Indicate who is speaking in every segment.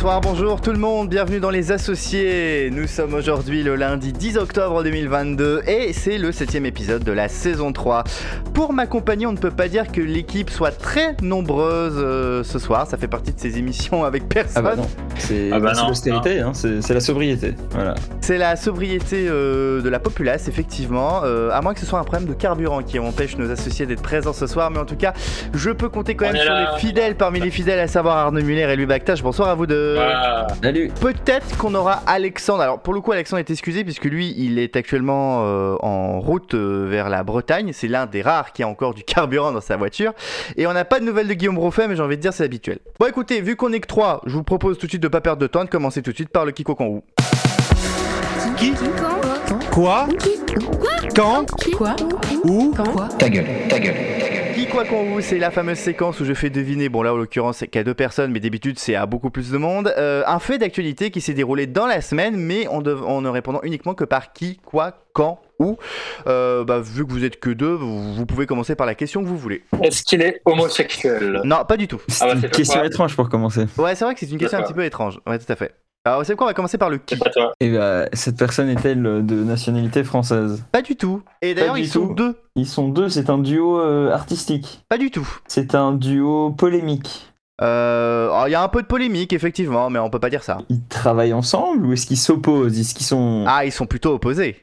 Speaker 1: Bonsoir, bonjour tout le monde, bienvenue dans Les Associés. Nous sommes aujourd'hui le lundi 10 octobre 2022 et c'est le 7e épisode de la saison 3. Pour m'accompagner, on ne peut pas dire que l'équipe soit très nombreuse ce soir, ça fait partie de ces émissions avec personne.
Speaker 2: Ah bah non, c'est l'austérité, hein, c'est la sobriété. Voilà.
Speaker 1: C'est la sobriété de la populace, effectivement, à moins que ce soit un problème de carburant qui empêche nos associés d'être présents ce soir, mais en tout cas, je peux compter quand même sur les fidèles parmi les fidèles, à savoir Arnaud Muller et Louis Bactage. Bonsoir à vous deux.
Speaker 2: Salut.
Speaker 1: Peut-être qu'on aura Alexandre. Alors pour le coup, Alexandre est excusé puisque lui, il est actuellement en route vers la Bretagne. C'est l'un des rares qui a encore du carburant dans sa voiture. Et on n'a pas de nouvelles de Guillaume Roffet, mais j'ai envie de dire c'est habituel. Bon écoutez, vu qu'on est que 3, je vous propose tout de suite de pas perdre de temps et de commencer tout de suite par le Kiko Kanwou.
Speaker 3: Qui? Quoi? Quand?
Speaker 4: Quoi?
Speaker 3: Où?
Speaker 4: Quoi?
Speaker 2: Ta gueule.
Speaker 1: Qui quoi qu'on vous, c'est la fameuse séquence où je fais deviner, bon là en l'occurrence c'est qu'à 2 personnes, mais d'habitude c'est à beaucoup plus de monde, un fait d'actualité qui s'est déroulé dans la semaine, mais en ne répondant uniquement que par qui, quoi, quand, où. Vu que vous êtes que 2, vous pouvez commencer par la question que vous voulez.
Speaker 5: Est-ce qu'il est homosexuel?
Speaker 1: Non, pas du tout.
Speaker 2: C'est une question étrange pour commencer.
Speaker 1: Ouais, c'est vrai que c'est une question un petit peu étrange. Ouais, tout à fait. Alors, vous savez quoi, on va commencer par le qui.
Speaker 5: C'est pas toi.
Speaker 2: Et cette personne est-elle de nationalité française?
Speaker 1: Pas du tout. Et d'ailleurs, ils sont 2.
Speaker 2: Ils sont 2, c'est un duo artistique.
Speaker 1: Pas du tout.
Speaker 2: C'est un duo polémique.
Speaker 1: Il y a un peu de polémique, effectivement, mais on peut pas dire ça.
Speaker 2: Ils travaillent ensemble ou est-ce qu'ils s'opposent? Est-ce qu'ils sont...
Speaker 1: Ah, ils sont plutôt opposés.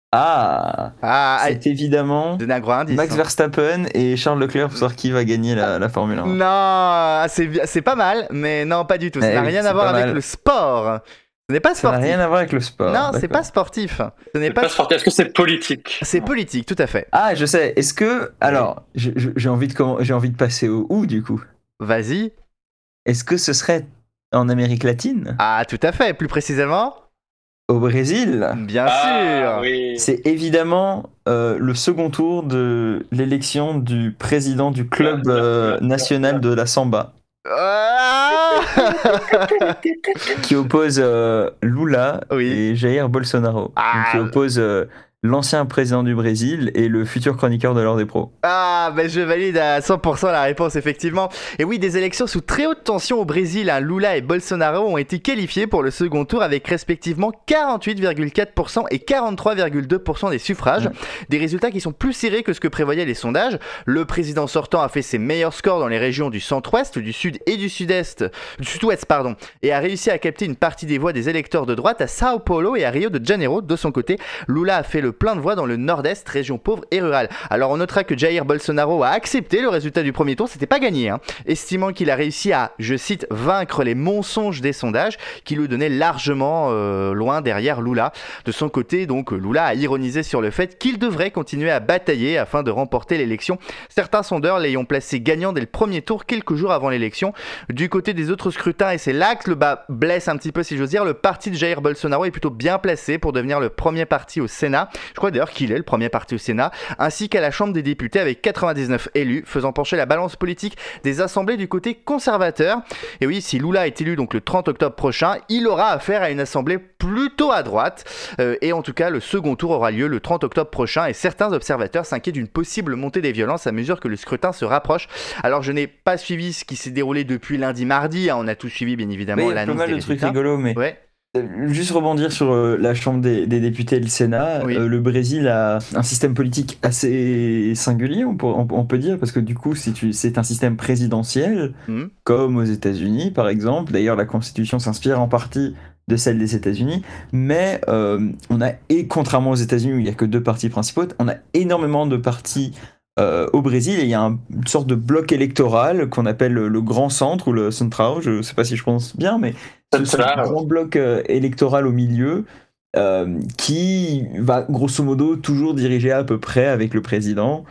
Speaker 2: C'est évidemment
Speaker 1: donnez un gros indice,
Speaker 2: Max Verstappen et Charles Leclerc pour savoir qui va gagner la Formule 1.
Speaker 1: Non, c'est pas mal, mais non, pas du tout. Ça n'a rien à voir avec le sport. Ce n'est pas sportif.
Speaker 2: Ça n'a rien à voir avec le sport.
Speaker 1: Non, c'est pas sportif. Ce n'est pas
Speaker 5: sportif. Est-ce que c'est politique?
Speaker 1: C'est politique, tout à fait.
Speaker 2: Ah, je sais. Est-ce que... Alors, j'ai envie de passer au où, du coup.
Speaker 1: Vas-y.
Speaker 2: Est-ce que ce serait en Amérique latine?
Speaker 1: Ah, tout à fait. Plus précisément
Speaker 2: au Brésil.
Speaker 1: Bien sûr.
Speaker 5: Oui.
Speaker 2: C'est évidemment le second tour de l'élection du président du club national de la Samba. Qui oppose Lula et Jair Bolsonaro. Qui oppose l'ancien président du Brésil et le futur chroniqueur de l'Ordre des Pros.
Speaker 1: Je valide à 100% la réponse, effectivement. Et oui, des élections sous très haute tension au Brésil, Lula et Bolsonaro ont été qualifiés pour le second tour avec respectivement 48,4% et 43,2% des suffrages. Des résultats qui sont plus serrés que ce que prévoyaient les sondages. Le président sortant a fait ses meilleurs scores dans les régions du centre-ouest, du sud et du sud-ouest, et a réussi à capter une partie des voix des électeurs de droite à Sao Paulo et à Rio de Janeiro. De son côté, Lula a fait le plein de voix dans le nord-est, région pauvre et rurale. Alors on notera que Jair Bolsonaro a accepté le résultat du premier tour, c'était pas gagné, estimant qu'il a réussi à, je cite, vaincre les mensonges des sondages qui le donnaient largement loin derrière Lula. De son côté, donc, Lula a ironisé sur le fait qu'il devrait continuer à batailler afin de remporter l'élection. Certains sondeurs l'ayant placé gagnant dès le premier tour quelques jours avant l'élection. Du côté des autres scrutins, et c'est là que le bas blesse un petit peu si j'ose dire, le parti de Jair Bolsonaro est plutôt bien placé pour devenir le premier parti au Sénat. Je crois d'ailleurs qu'il est le premier parti au Sénat, ainsi qu'à la Chambre des députés avec 99 élus, faisant pencher la balance politique des assemblées du côté conservateur. Et oui, si Lula est élu donc le 30 octobre prochain, il aura affaire à une assemblée plutôt à droite. Et en tout cas, le second tour aura lieu le 30 octobre prochain et certains observateurs s'inquiètent d'une possible montée des violences à mesure que le scrutin se rapproche. Alors, je n'ai pas suivi ce qui s'est déroulé depuis lundi-mardi. On a tout suivi, bien évidemment, l'annonce des résultats.
Speaker 2: Il y a pas mal de trucs rigolos, mais... Ouais. Juste rebondir sur la Chambre des députés et le Sénat. Le Brésil a un système politique assez singulier, on peut dire, parce que du coup, c'est un système présidentiel, comme aux États-Unis, par exemple. D'ailleurs, la Constitution s'inspire en partie de celle des États-Unis, mais et contrairement aux États-Unis où il n'y a que 2 partis principaux, on a énormément de partis au Brésil, et il y a une sorte de bloc électoral qu'on appelle le Grand Centre ou le Central, je ne sais pas si je prononce bien, mais c'est un grand bloc électoral au milieu qui va grosso modo toujours diriger à peu près avec le président.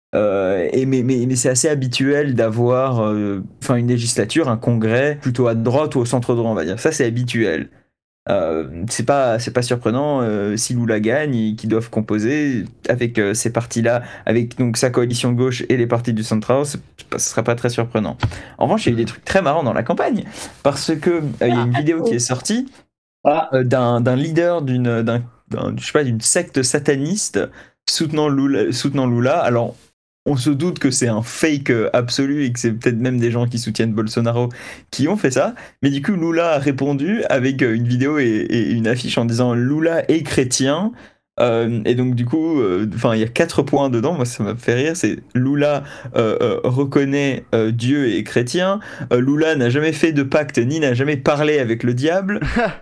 Speaker 2: Mais c'est assez habituel d'avoir une législature, un congrès plutôt à droite ou au centre droit, on va dire. Ça, c'est habituel. C'est pas surprenant si Lula gagne et qu'ils doivent composer avec ces partis-là, avec donc sa coalition gauche et les partis du centre, ce sera pas très surprenant. En revanche, il y a eu des trucs très marrants dans la campagne parce que il y a une vidéo qui est sortie d'un leader d'une secte sataniste soutenant Lula. Alors on se doute que c'est un fake absolu et que c'est peut-être même des gens qui soutiennent Bolsonaro qui ont fait ça. Mais du coup, Lula a répondu avec une vidéo et une affiche en disant Lula est chrétien. Et donc du coup, il y a 4 points dedans. Moi, ça m'a fait rire. C'est Lula reconnaît Dieu et est chrétien. Lula n'a jamais fait de pacte ni n'a jamais parlé avec le diable.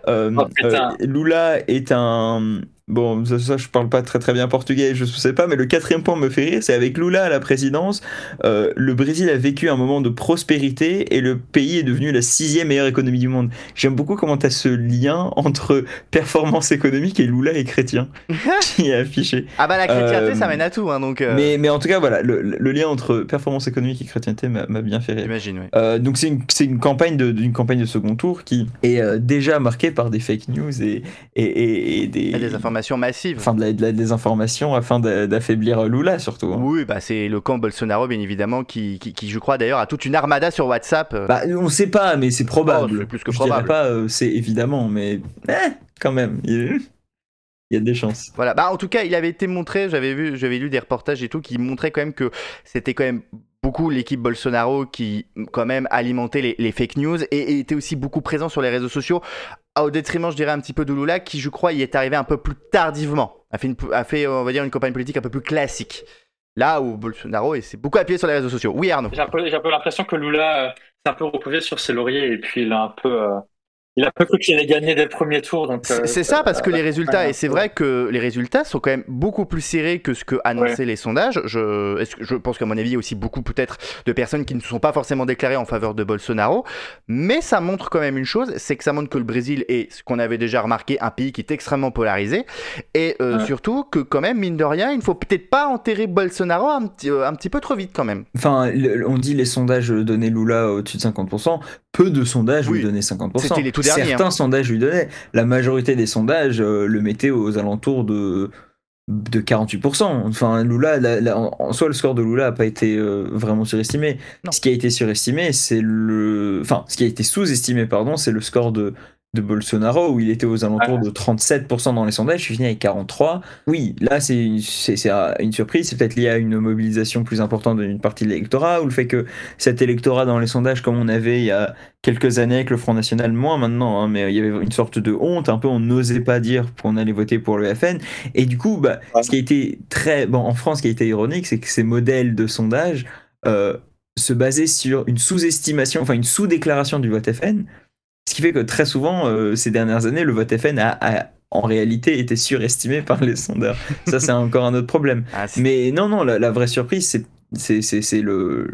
Speaker 2: Lula est un... Bon, ça, je parle pas très très bien portugais, je sais pas, mais le 4e point me fait rire, c'est avec Lula à la présidence, le Brésil a vécu un moment de prospérité et le pays est devenu la 6e meilleure économie du monde. J'aime beaucoup comment t'as ce lien entre performance économique et Lula est chrétien qui est affiché.
Speaker 1: Ah bah la chrétienté, ça mène à tout, hein, donc...
Speaker 2: Mais en tout cas, voilà, le lien entre performance économique et chrétienté m'a bien fait rire.
Speaker 1: J'imagine, oui.
Speaker 2: Donc c'est une campagne de second tour qui est déjà marquée par des fake news et
Speaker 1: des informations massives.
Speaker 2: Enfin, de la désinformation afin d'affaiblir Lula, surtout. Hein.
Speaker 1: Oui, bah c'est le camp Bolsonaro, bien évidemment, qui je crois d'ailleurs, a toute une armada sur WhatsApp.
Speaker 2: Bah, on sait pas, mais c'est probable.
Speaker 1: C'est plus que probable.
Speaker 2: Je dirais pas, c'est évidemment, mais quand même, il y a des chances.
Speaker 1: Voilà, bah en tout cas, il avait été montré, j'avais lu des reportages et tout, qui montraient quand même que c'était quand même beaucoup l'équipe Bolsonaro qui quand même alimentait les fake news et était aussi beaucoup présent sur les réseaux sociaux, au détriment, je dirais, un petit peu de Lula, qui je crois y est arrivé un peu plus tardivement, a fait on va dire, une campagne politique un peu plus classique. Là où Bolsonaro s'est beaucoup appuyé sur les réseaux sociaux. Oui, Arnaud.
Speaker 5: J'ai un peu l'impression que Lula s'est un peu reposé sur ses lauriers et puis il a un peu cru qu'il allait gagner dès le premier tour. Donc,
Speaker 1: c'est ça, parce que les résultats, et c'est vrai que les résultats sont quand même beaucoup plus serrés que ce que annonçaient les sondages. Je pense qu'à mon avis, il y a aussi beaucoup peut-être de personnes qui ne se sont pas forcément déclarées en faveur de Bolsonaro. Mais ça montre quand même une chose, c'est que ça montre que le Brésil est, ce qu'on avait déjà remarqué, un pays qui est extrêmement polarisé. Et surtout que quand même, mine de rien, il ne faut peut-être pas enterrer Bolsonaro un petit peu trop vite quand même.
Speaker 2: Enfin, on dit les sondages donnaient Lula au-dessus de 50%. Peu de sondages lui donnaient 50%.
Speaker 1: C'était les tout derniers.
Speaker 2: Certains sondages lui donnaient. La majorité des sondages le mettaient aux alentours de 48%. Enfin, Lula, en soi, le score de Lula n'a pas été vraiment surestimé. Non. Ce qui a été surestimé, c'est ce qui a été sous-estimé, pardon, c'est le score de Bolsonaro, où il était aux alentours de 37% dans les sondages, je suis fini avec 43%. Oui, là, c'est une surprise, c'est peut-être lié à une mobilisation plus importante d'une partie de l'électorat, ou le fait que cet électorat dans les sondages, comme on avait il y a quelques années avec le Front National, moins maintenant, hein, mais il y avait une sorte de honte, un peu, on n'osait pas dire qu'on allait voter pour le FN, et du coup, ce qui a été en France, ce qui a été ironique, c'est que ces modèles de sondage se basaient sur une sous-estimation, enfin une sous-déclaration du vote FN. Ce qui fait que très souvent, ces dernières années, le vote FN a en réalité été surestimé par les sondeurs. Ça, c'est encore un autre problème. Mais non, la vraie surprise, c'est le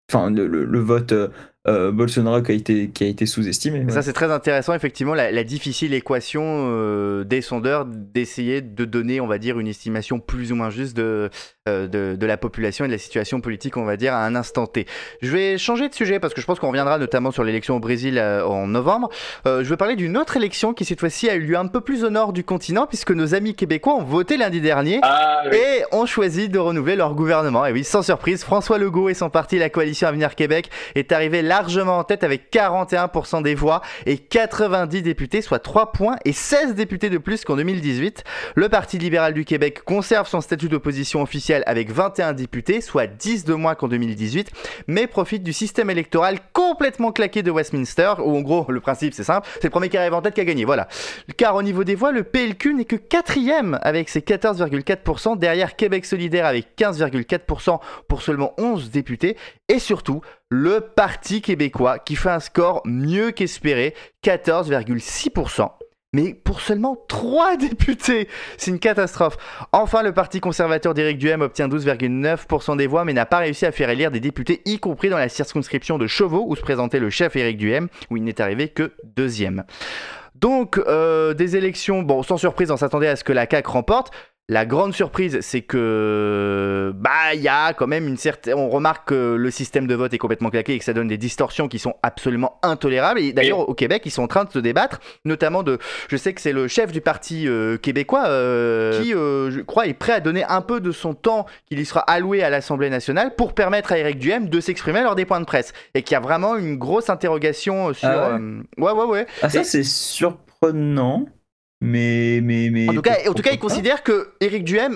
Speaker 2: vote Bolsonaro qui a été sous-estimé. Ouais.
Speaker 1: Ça, c'est très intéressant, effectivement, la difficile équation des sondeurs d'essayer de donner, on va dire, une estimation plus ou moins juste de la population et de la situation politique, on va dire, à un instant T. Je vais changer de sujet parce que je pense qu'on reviendra notamment sur l'élection au Brésil en novembre. Je vais parler d'une autre élection qui, cette fois-ci, a eu lieu un peu plus au nord du continent puisque nos amis québécois ont voté lundi dernier et ont choisi de renouveler leur gouvernement. Et oui, sans surprise, François Legault et son parti, la Coalition Avenir Québec, est arrivé largement en tête avec 41% des voix et 90 députés, soit 3 points et 16 députés de plus qu'en 2018. Le Parti libéral du Québec conserve son statut d'opposition officielle avec 21 députés, soit 10 de moins qu'en 2018, mais profite du système électoral complètement claqué de Westminster, où en gros, le principe c'est simple, c'est le premier qui arrive en tête qui a gagné, voilà. Car au niveau des voix, le PLQ n'est que 4e avec ses 14,4%, derrière Québec solidaire avec 15,4% pour seulement 11 députés, et surtout, le Parti québécois qui fait un score mieux qu'espéré, 14,6%. Mais pour seulement 3 députés, c'est une catastrophe. Enfin, le parti conservateur d'Éric Duhaime obtient 12,9% des voix, mais n'a pas réussi à faire élire des députés, y compris dans la circonscription de Chauveau, où se présentait le chef Éric Duhaime, où il n'est arrivé que 2e. Donc, des élections, bon, sans surprise, on s'attendait à ce que la CAQ remporte. La grande surprise, c'est que il y a quand même on remarque que le système de vote est complètement claqué et que ça donne des distorsions qui sont absolument intolérables. Et d'ailleurs, au Québec, ils sont en train de se débattre, notamment je sais que c'est le chef du parti québécois qui, je crois, est prêt à donner un peu de son temps qui lui sera alloué à l'Assemblée nationale pour permettre à Éric Duhaime de s'exprimer lors des points de presse. Et qu'il y a vraiment une grosse interrogation sur... Ouais.
Speaker 2: Ah, ça, c'est surprenant. Mais
Speaker 1: en tout cas, il considère que Éric Duhaime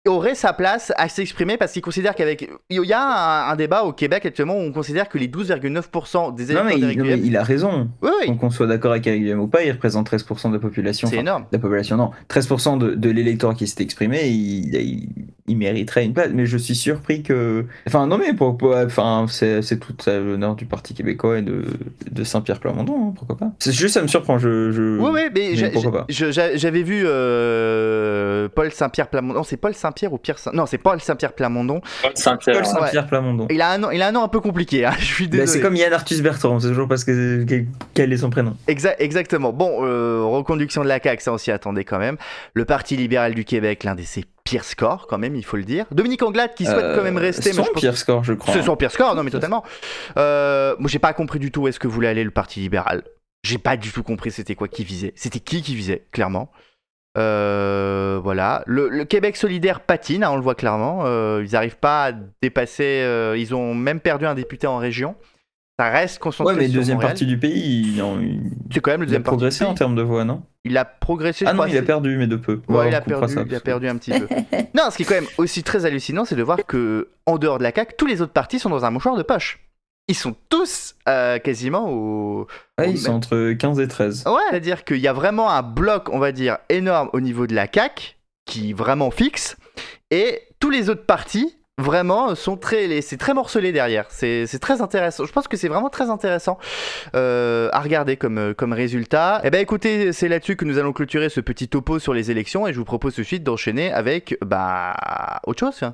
Speaker 1: aurait sa place à s'exprimer parce qu'il considère qu'avec... Il y a un débat au Québec actuellement où on considère que les 12,9% des électeurs d'Éric
Speaker 2: Non, mais il a raison.
Speaker 1: Oui.
Speaker 2: Donc qu'on soit d'accord avec Éric Duhem ou pas, il représente 13% de la population.
Speaker 1: C'est énorme.
Speaker 2: La population, non. 13% de l'électorat qui s'est exprimé, il mériterait une place. Mais je suis surpris que... Enfin, non, mais c'est tout l'honneur du Parti québécois et de Saint-Pierre Plamondon, hein, pourquoi pas. C'est juste, ça me surprend.
Speaker 1: Oui, mais
Speaker 2: pourquoi pas.
Speaker 1: J'avais vu Paul Saint-Pierre Plamondon. C'est Paul Saint-Pierre ou Pierre Saint... Non, c'est Paul Saint-Pierre Plamondon.
Speaker 5: Paul Saint-Pierre
Speaker 2: Plamondon.
Speaker 1: Il a un nom un peu compliqué, hein. Je suis désolé.
Speaker 2: C'est comme Yann Arthus Bertrand, c'est toujours parce que quel est son prénom.
Speaker 1: Exactement. Bon, reconduction de la CAQ, ça on s'y attendait quand même. Le Parti libéral du Québec, l'un de ses pires scores quand même, il faut le dire. Dominique Anglade qui souhaite quand même rester.
Speaker 2: C'est son pire score, je crois.
Speaker 1: C'est son pire score, non mais totalement. Moi j'ai pas compris du tout où est-ce que voulait aller le Parti libéral. J'ai pas du tout compris c'était quoi qui visait. C'était qui visait, clairement. Voilà. Le Québec solidaire patine, hein, on le voit clairement. Ils n'arrivent pas à dépasser. Ils ont même perdu un député en région. Ça reste concentré.
Speaker 2: Ouais, mais
Speaker 1: sur
Speaker 2: deuxième
Speaker 1: Montréal.
Speaker 2: partie du pays,
Speaker 1: c'est quand même le deuxième parti.
Speaker 2: Il a progressé en termes de voix, non?
Speaker 1: Il a progressé.
Speaker 2: Ah non, il a perdu, mais de peu.
Speaker 1: Ouais, il a perdu un petit peu. Non, ce qui est quand même aussi très hallucinant, c'est de voir que en dehors de la CAQ, tous les autres partis sont dans un mouchoir de poche. Ils sont tous quasiment au...
Speaker 2: Ouais, ils sont entre 15 et 13.
Speaker 1: Ouais, c'est-à-dire qu'il y a vraiment un bloc, on va dire, énorme au niveau de la CAQ, qui vraiment fixe, et tous les autres partis, vraiment, c'est très morcelé derrière. C'est très intéressant. Je pense que c'est vraiment très intéressant à regarder comme résultat. Eh ben écoutez, c'est là-dessus que nous allons clôturer ce petit topo sur les élections, et je vous propose tout de suite d'enchaîner avec, autre chose, hein.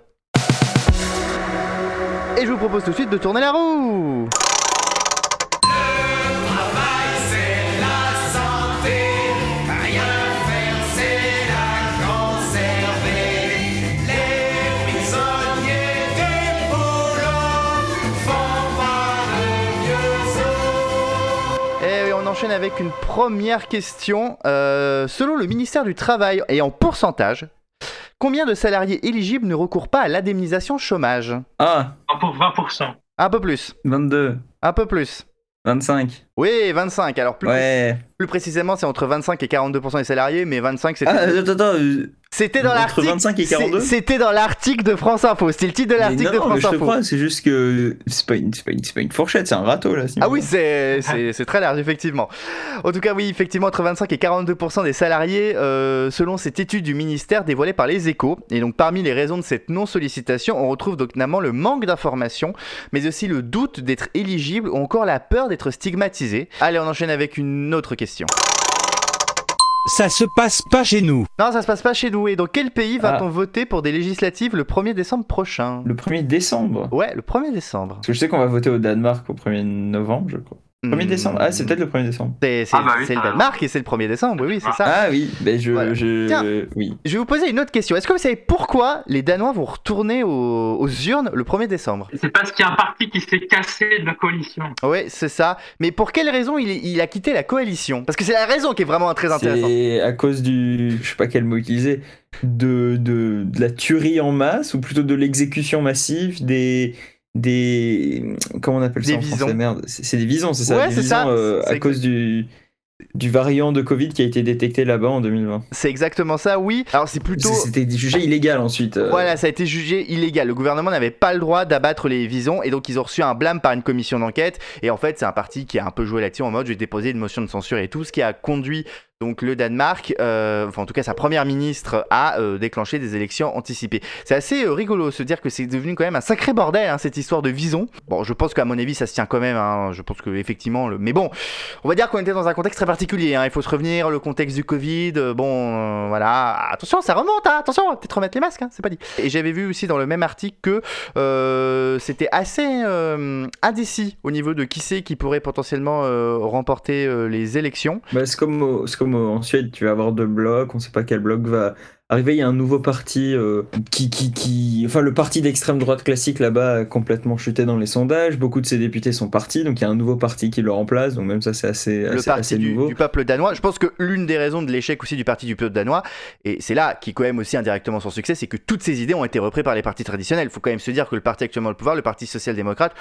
Speaker 1: Et je vous propose tout de suite de tourner la roue.
Speaker 4: Le travail, c'est la santé. Rien faire, c'est la conserver. Les prisonniers du boulot font pas de vieux os.
Speaker 1: Et on enchaîne avec une première question. Selon le ministère du Travail et en pourcentage, combien de salariés éligibles ne recourent pas à l'indemnisation chômage?
Speaker 2: Ah,
Speaker 5: 20%.
Speaker 1: Un peu plus.
Speaker 2: 22.
Speaker 1: Un peu plus.
Speaker 2: 25.
Speaker 1: Oui, 25. Alors plus précisément, c'est entre 25 et 42% des salariés, mais 25 c'était...
Speaker 2: Attends,
Speaker 1: c'était dans
Speaker 2: l'article. Entre 25 et 42
Speaker 1: C'était dans l'article de France Info. C'était le titre de l'article de France
Speaker 2: Info. Je te crois, c'est juste que c'est pas une fourchette, c'est un râteau là.
Speaker 1: Ah oui, c'est très large, effectivement. En tout cas, oui, effectivement, entre 25 et 42% des salariés, selon cette étude du ministère dévoilée par les Échos. Et donc, parmi les raisons de cette non-sollicitation, on retrouve donc notamment le manque d'informations, mais aussi le doute d'être éligible ou encore la peur d'être stigmatisé. Allez, on enchaîne avec une autre question.
Speaker 3: Ça se passe pas chez nous.
Speaker 1: Non, ça se passe pas chez nous. Et dans quel pays va-t-on voter pour des législatives le 1er décembre prochain?
Speaker 2: Le 1er décembre?
Speaker 1: Ouais, le 1er décembre.
Speaker 2: Parce que je sais qu'on va voter au Danemark au 1er novembre, je crois. 1er décembre? Ah, c'est peut-être le 1er décembre.
Speaker 1: C'est le Danemark et c'est le 1er décembre, oui, c'est ça.
Speaker 2: Ah oui, ben
Speaker 1: Tiens,
Speaker 2: oui.
Speaker 1: Je vais vous poser une autre question. Est-ce que vous savez pourquoi les Danois vont retourner aux urnes le 1er décembre?
Speaker 5: C'est parce qu'il y a un parti qui s'est cassé de la coalition.
Speaker 1: Oui, c'est ça. Mais pour quelle raison il a quitté la coalition? Parce que c'est la raison qui est vraiment très intéressante.
Speaker 2: C'est à cause je sais pas quel mot utiliser, de la tuerie en masse, ou plutôt de l'exécution massive des comment on appelle ça en français? Merde, c'est des visons, c'est ça?
Speaker 1: Ouais,
Speaker 2: des
Speaker 1: c'est
Speaker 2: visons,
Speaker 1: ça.
Speaker 2: à cause du variant de Covid qui a été détecté là-bas en 2020.
Speaker 1: C'est exactement ça, oui. Alors c'est plutôt...
Speaker 2: C'était jugé illégal ensuite.
Speaker 1: Voilà, ça a été jugé illégal. Le gouvernement n'avait pas le droit d'abattre les visons et donc ils ont reçu un blâme par une commission d'enquête. Et en fait, c'est un parti qui a un peu joué là-dessus en mode je vais déposer une motion de censure et tout, ce qui a conduit donc le Danemark, enfin en tout cas sa première ministre, a déclenché des élections anticipées. C'est assez rigolo de se dire que c'est devenu quand même un sacré bordel, hein, cette histoire de vison. Bon, je pense qu'à mon avis ça se tient quand même, hein. Je pense que effectivement, mais bon, on va dire qu'on était dans un contexte très particulier, hein. Il faut se revenir, le contexte du Covid, voilà, attention ça remonte, hein. Attention, on va peut-être remettre les masques, hein. C'est pas dit. Et j'avais vu aussi dans le même article que c'était assez indécis au niveau de qui c'est qui pourrait potentiellement remporter les élections.
Speaker 2: Bah, c'est comme en Suède, tu vas avoir deux blocs, on sait pas quel bloc va arriver. Il y a un nouveau parti enfin le parti d'extrême droite classique là-bas a complètement chuté dans les sondages. Beaucoup de ses députés sont partis, donc il y a un nouveau parti qui le remplace. Donc même ça c'est assez nouveau.
Speaker 1: Du peuple danois. Je pense que l'une des raisons de l'échec aussi du parti du peuple danois, et c'est là qui quand même aussi indirectement son succès, c'est que toutes ces idées ont été reprises par les partis traditionnels. Il faut quand même se dire que le parti actuellement au pouvoir, le parti social-démocrate,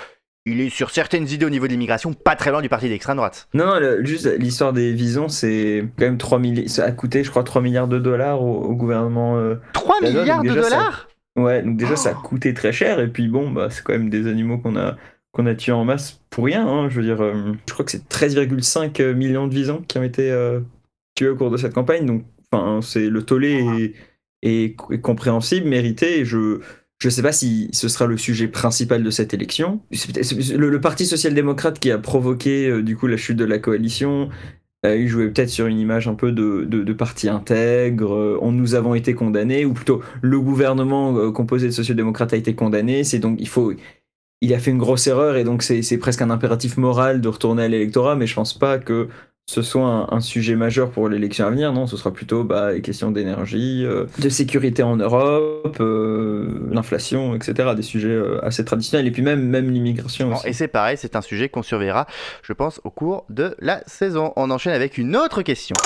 Speaker 1: il est sur certaines idées au niveau de l'immigration pas très loin du parti d'extrême droite.
Speaker 2: Non, juste l'histoire des visons, c'est quand même 3 milliards. Ça a coûté, je crois, 3 milliards de dollars au gouvernement.
Speaker 1: 3
Speaker 2: canadien,
Speaker 1: milliards
Speaker 2: donc
Speaker 1: de
Speaker 2: déjà,
Speaker 1: dollars
Speaker 2: Ouais, donc déjà ça a coûté très cher, et puis bon, bah, c'est quand même des animaux qu'on a tués en masse pour rien. Hein, je veux dire, je crois que c'est 13,5 millions de visons qui ont été tués au cours de cette campagne. Donc, enfin, le tollé est compréhensible, mérité. Et je sais pas si ce sera le sujet principal de cette élection. Le Parti social-démocrate qui a provoqué du coup la chute de la coalition. Il jouait peut-être sur une image un peu de parti intègre. Nous avons été condamnés, ou plutôt le gouvernement composé de social-démocrates a été condamné. C'est donc il a fait une grosse erreur, et donc c'est presque un impératif moral de retourner à l'électorat. Mais je pense pas que ce soit un sujet majeur pour l'élection à venir. Non, ce sera plutôt les questions d'énergie, de sécurité en Europe, l'inflation, etc. Des sujets assez traditionnels, et puis même l'immigration aussi.
Speaker 1: Et c'est pareil, c'est un sujet qu'on surveillera, je pense, au cours de la saison. On enchaîne avec une autre question.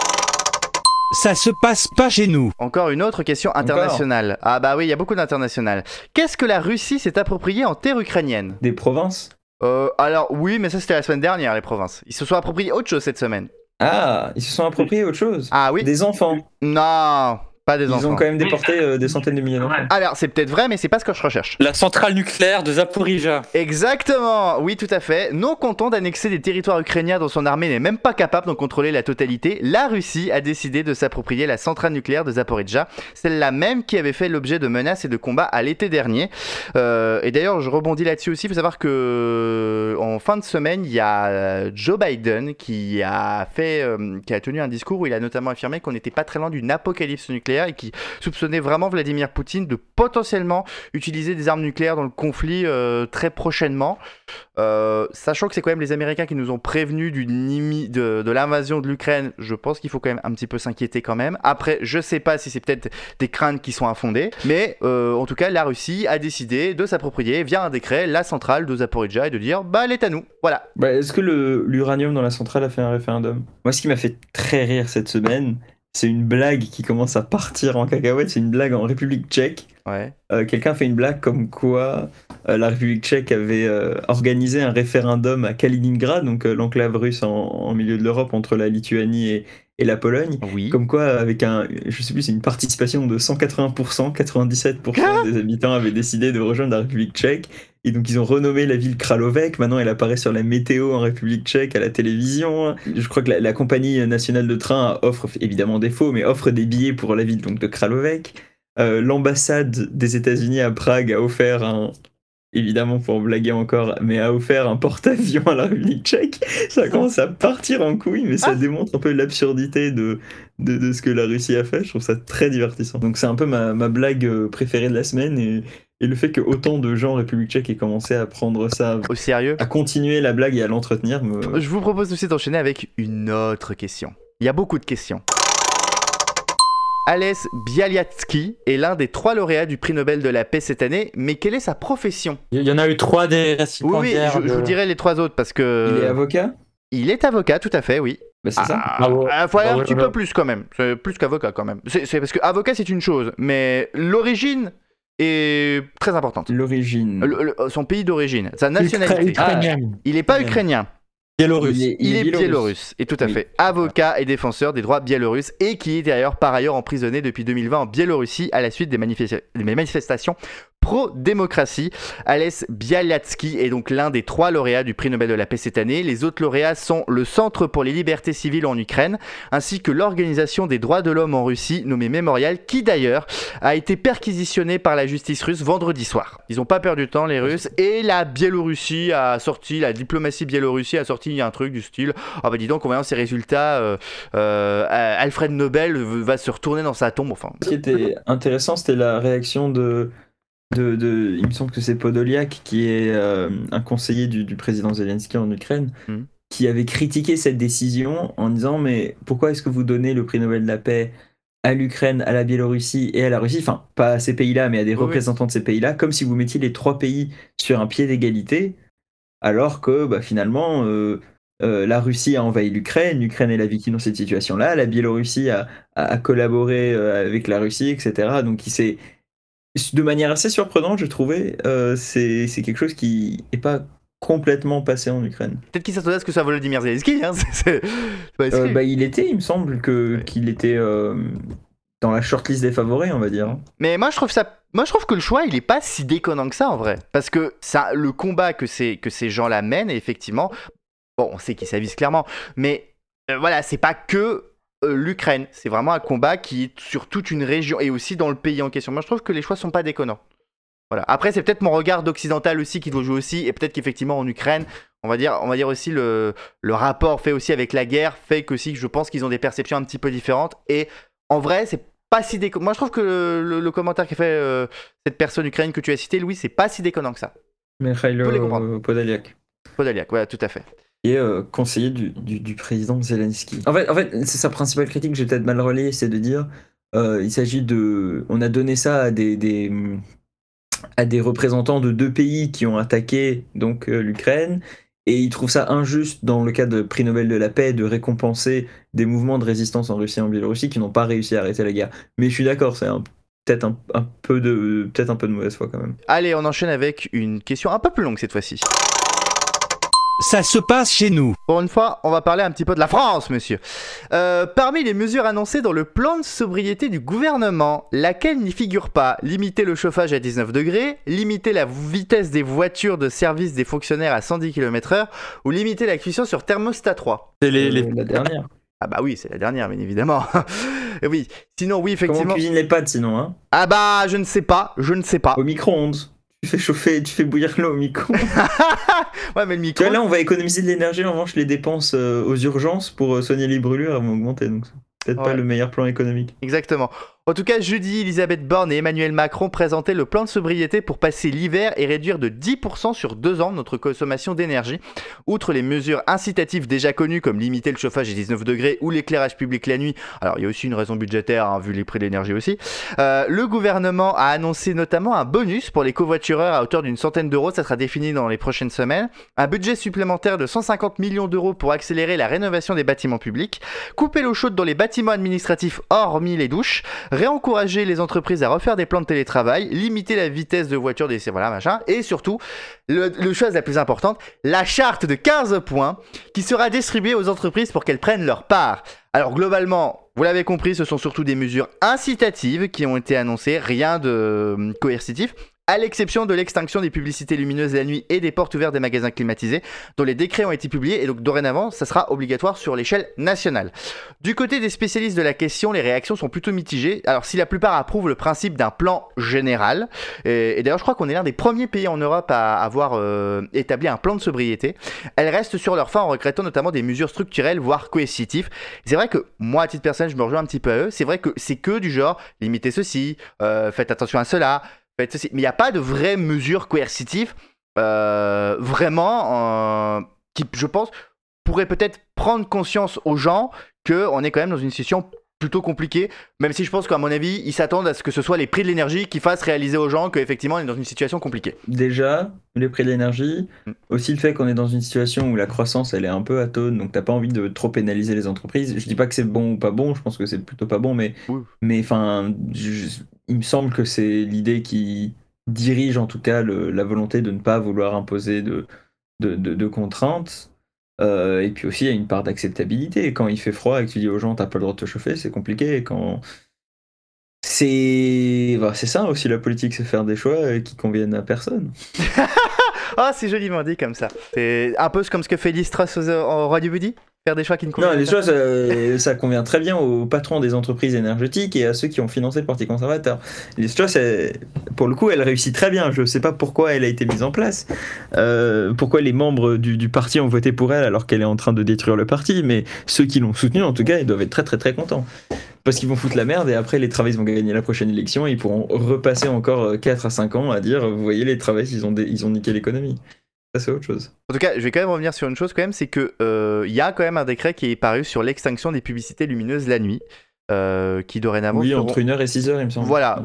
Speaker 3: Ça se passe pas chez nous.
Speaker 1: Encore une autre question internationale. Ah bah oui, il y a beaucoup d'internationales. Qu'est-ce que la Russie s'est approprié en terre ukrainienne ?
Speaker 2: Des provinces ?
Speaker 1: Alors oui, mais ça c'était la semaine dernière, les provinces. Ils se sont appropriés autre chose cette semaine.
Speaker 2: Ah, ils se sont appropriés autre chose.
Speaker 1: Ah oui.
Speaker 2: Des enfants.
Speaker 1: Non, pas des enfants.
Speaker 2: Ils ont quand même déporté des centaines de milliers d'enfants.
Speaker 1: Alors c'est peut-être vrai, mais c'est pas ce que je recherche.
Speaker 5: La centrale nucléaire de Zaporizhzhia.
Speaker 1: Exactement, oui tout à fait. Non content d'annexer des territoires ukrainiens dont son armée n'est même pas capable d'en contrôler la totalité, la Russie a décidé de s'approprier la centrale nucléaire de Zaporizhzhia, celle-là même qui avait fait l'objet de menaces et de combats à l'été dernier. Et d'ailleurs je rebondis là-dessus aussi, il faut savoir que en fin de semaine, il y a Joe Biden qui a tenu un discours où il a notamment affirmé qu'on n'était pas très loin d'une apocalypse nucléaire, et qui soupçonnait vraiment Vladimir Poutine de potentiellement utiliser des armes nucléaires dans le conflit très prochainement. Sachant que c'est quand même les Américains qui nous ont prévenus de l'invasion de l'Ukraine, je pense qu'il faut quand même un petit peu s'inquiéter quand même. Après, je sais pas si c'est peut-être des craintes qui sont infondées, mais en tout cas, la Russie a décidé de s'approprier via un décret la centrale de Zaporizhzhia et de dire elle est à nous. Voilà.
Speaker 2: Est-ce que l'uranium dans la centrale a fait un référendum ? Moi, ce qui m'a fait très rire cette semaine, c'est une blague qui commence à partir en cacahuète. C'est une blague en République tchèque.
Speaker 1: Ouais.
Speaker 2: Quelqu'un fait une blague comme quoi la République tchèque avait organisé un référendum à Kaliningrad, donc l'enclave russe en milieu de l'Europe entre la Lituanie et la Pologne.
Speaker 1: Oui.
Speaker 2: Comme quoi, avec je sais plus, c'est une participation de 180%, 97% des habitants avaient décidé de rejoindre la République tchèque. Et donc ils ont renommé la ville Kralovec. Maintenant elle apparaît sur la météo en République tchèque à la télévision. Je crois que la compagnie nationale de train offre, évidemment des faux, mais offre des billets pour la ville donc de Kralovec. L'ambassade des États-Unis à Prague a offert évidemment pour blaguer encore, mais a offert un porte-avions à la République tchèque. Ça commence à partir en couille, mais ça démontre un peu l'absurdité de ce que la Russie a fait. Je trouve ça très divertissant. Donc c'est un peu ma blague préférée de la semaine, et le fait que autant de gens en République tchèque aient commencé à prendre ça
Speaker 1: au sérieux,
Speaker 2: à continuer la blague et à l'entretenir.
Speaker 1: Je vous propose aussi d'enchaîner avec une autre question. Il y a beaucoup de questions. Ales Bialiatski est l'un des 3 lauréats du prix Nobel de la paix cette année, mais quelle est sa profession ?
Speaker 5: Il y en a eu 3 des récipiendaires.
Speaker 1: Oui, je vous dirai les 3 autres parce que...
Speaker 2: Il est avocat ?
Speaker 1: Il est avocat, tout à fait, oui.
Speaker 2: Bah c'est ça.
Speaker 1: Faut aller un petit peu plus quand même. C'est plus qu'avocat quand même. C'est parce que avocat c'est une chose, mais l'origine est très importante.
Speaker 2: L'origine.
Speaker 1: Son pays d'origine, sa nationalité. Il n'est pas ukrainien.
Speaker 5: Biélorusse.
Speaker 1: Il est biélorusse, et tout à fait. Avocat et défenseur des droits biélorusses, et qui est d'ailleurs par ailleurs emprisonné depuis 2020 en Biélorussie à la suite des manifestations pro-démocratie. Ales Bialiatski est donc l'un des 3 lauréats du prix Nobel de la paix cette année. Les autres lauréats sont le Centre pour les libertés civiles en Ukraine, ainsi que l'Organisation des droits de l'homme en Russie, nommée Mémorial, qui d'ailleurs a été perquisitionnée par la justice russe vendredi soir. Ils n'ont pas perdu de temps, les Russes, et la diplomatie biélorusse a sorti un truc du style bah dis donc, en voyant ces résultats, Alfred Nobel va se retourner dans sa tombe. Enfin.
Speaker 2: Ce qui était intéressant, c'était la réaction il me semble que c'est Podolyak, qui est un conseiller du président Zelensky en Ukraine, qui avait critiqué cette décision en disant mais pourquoi est-ce que vous donnez le prix Nobel de la paix à l'Ukraine, à la Biélorussie et à la Russie, enfin pas à ces pays-là mais à des représentants de ces pays-là, comme si vous mettiez les 3 pays sur un pied d'égalité, alors que finalement la Russie a envahi l'Ukraine est la victime dans cette situation-là, la Biélorussie a collaboré avec la Russie, etc. Donc de manière assez surprenante, je trouvais, c'est quelque chose qui n'est pas complètement passé en Ukraine.
Speaker 1: Peut-être qu'il s'attendait à ce que ça Volodymyr Zelensky. Hein. C'est pas exclu.
Speaker 2: Il était, il me semble, qu'il était dans la shortlist des favoris, on va dire.
Speaker 1: Mais moi je trouve que le choix il est pas si déconnant que ça en vrai. Parce que ça, le combat que ces gens-là mènent, et effectivement, bon, on sait qu'ils s'avisent clairement, mais voilà, c'est pas que l'Ukraine. C'est vraiment un combat qui est sur toute une région et aussi dans le pays en question. Moi je trouve que les choix sont pas déconnants. Voilà. Après, c'est peut-être mon regard d'occidental aussi qui doit jouer aussi, et peut-être qu'effectivement en Ukraine, on va dire aussi le rapport fait aussi avec la guerre fait qu'aussi je pense qu'ils ont des perceptions un petit peu différentes. Et en vrai, c'est pas si déconnant. Moi, je trouve que le commentaire qu'a fait cette personne ukrainienne que tu as cité, Louis, c'est pas si déconnant que ça.
Speaker 2: Mikhailo Podolyak.
Speaker 1: Podolyak, voilà, tout à fait.
Speaker 2: Et conseiller du président Zelensky. En fait, c'est sa principale critique, j'ai peut-être mal relayé, c'est de dire il s'agit de. On a donné ça à des représentants de 2 pays qui ont attaqué donc l'Ukraine, et ils trouvent ça injuste dans le cas de prix Nobel de la paix de récompenser des mouvements de résistance en Russie et en Biélorussie qui n'ont pas réussi à arrêter la guerre. Mais je suis d'accord, c'est peut-être un peu de mauvaise foi quand même.
Speaker 1: Allez, on enchaîne avec une question un peu plus longue cette fois-ci.
Speaker 3: Ça se passe chez nous.
Speaker 1: Pour une fois, on va parler un petit peu de la France, monsieur. Parmi les mesures annoncées dans le plan de sobriété du gouvernement, laquelle n'y figure pas? Limiter le chauffage à 19 degrés, limiter la vitesse des voitures de service des fonctionnaires à 110 km/h ou limiter la cuisson sur thermostat 3.
Speaker 2: C'est la dernière.
Speaker 1: Ah bah oui, c'est la dernière, bien évidemment. Oui, sinon oui, effectivement...
Speaker 2: Comment on cuisine les pâtes sinon, hein?
Speaker 1: Ah bah, je ne sais pas.
Speaker 2: Au micro-ondes. Tu fais bouillir l'eau au micro.
Speaker 1: Ouais, mais le micro.
Speaker 2: Là, on va économiser de l'énergie. En revanche, les dépenses aux urgences pour soigner les brûlures vont augmenter. Donc, c'est peut-être pas le meilleur plan économique.
Speaker 1: Exactement. En tout cas, jeudi, Elisabeth Borne et Emmanuel Macron présentaient le plan de sobriété pour passer l'hiver et réduire de 10% sur 2 ans notre consommation d'énergie. Outre les mesures incitatives déjà connues comme limiter le chauffage à 19 degrés ou l'éclairage public la nuit, alors il y a aussi une raison budgétaire, hein, vu les prix de l'énergie aussi, le gouvernement a annoncé notamment un bonus pour les covoitureurs à hauteur d'une centaine d'euros, ça sera défini dans les prochaines semaines, un budget supplémentaire de 150 millions d'euros pour accélérer la rénovation des bâtiments publics, couper l'eau chaude dans les bâtiments administratifs hormis les douches, réencourager les entreprises à refaire des plans de télétravail, limiter la vitesse de voiture des voilà machin, et surtout le chose la plus importante, la charte de 15 points qui sera distribuée aux entreprises pour qu'elles prennent leur part. Alors globalement, vous l'avez compris, ce sont surtout des mesures incitatives qui ont été annoncées, rien de coercitif, à l'exception de l'extinction des publicités lumineuses la nuit et des portes ouvertes des magasins climatisés, dont les décrets ont été publiés et donc dorénavant, ça sera obligatoire sur l'échelle nationale. Du côté des spécialistes de la question, les réactions sont plutôt mitigées. Alors si la plupart approuvent le principe d'un plan général, et d'ailleurs je crois qu'on est l'un des premiers pays en Europe à avoir établi un plan de sobriété, elles restent sur leur fin en regrettant notamment des mesures structurelles, voire coercitives. C'est vrai que moi, à titre personnel, je me rejoins un petit peu à eux, c'est vrai que c'est que du genre, limitez ceci, faites attention à cela, mais il n'y a pas de vraies mesures coercitives vraiment qui, je pense, pourraient peut-être prendre conscience aux gens qu'on est quand même dans une situation plutôt compliquée, même si je pense qu'à mon avis, ils s'attendent à ce que ce soit les prix de l'énergie qui fassent réaliser aux gens qu'effectivement on est dans une situation compliquée.
Speaker 2: Déjà, les prix de l'énergie, aussi le fait qu'on est dans une situation où la croissance elle est un peu atone, donc t'as pas envie de trop pénaliser les entreprises. Je dis pas que c'est bon ou pas bon, je pense que c'est plutôt pas bon, mais enfin, il me semble que c'est l'idée qui dirige en tout cas la volonté de ne pas vouloir imposer de contraintes. Et puis aussi il y a une part d'acceptabilité. Quand il fait froid et que tu dis aux gens t'as pas le droit de te chauffer, c'est compliqué. Quand c'est ça aussi la politique, c'est faire des choix qui conviennent à personne.
Speaker 1: Oh, c'est joliment dit comme ça. C'est un peu comme ce que fait Liz Truss au Roi du Buddy. Faire des choix qui ne conviennent pas.
Speaker 2: Non, les choix, ça convient très bien aux patrons des entreprises énergétiques et à ceux qui ont financé le Parti conservateur. Les choix, pour le coup, elle réussit très bien. Je ne sais pas pourquoi elle a été mise en place, pourquoi les membres du parti ont voté pour elle alors qu'elle est en train de détruire le parti, mais ceux qui l'ont soutenue, en tout cas, ils doivent être très très très contents. Parce qu'ils vont foutre la merde et après les travaillistes vont gagner la prochaine élection et ils pourront repasser encore 4 à 5 ans à dire vous voyez les travaillistes ils ont niqué l'économie. Ça c'est autre chose.
Speaker 1: En tout cas je vais quand même revenir sur une chose quand même, c'est que y a quand même un décret qui est paru sur l'extinction des publicités lumineuses la nuit qui dorénavant
Speaker 2: oui entre 1h et 6h il me semble.
Speaker 1: Voilà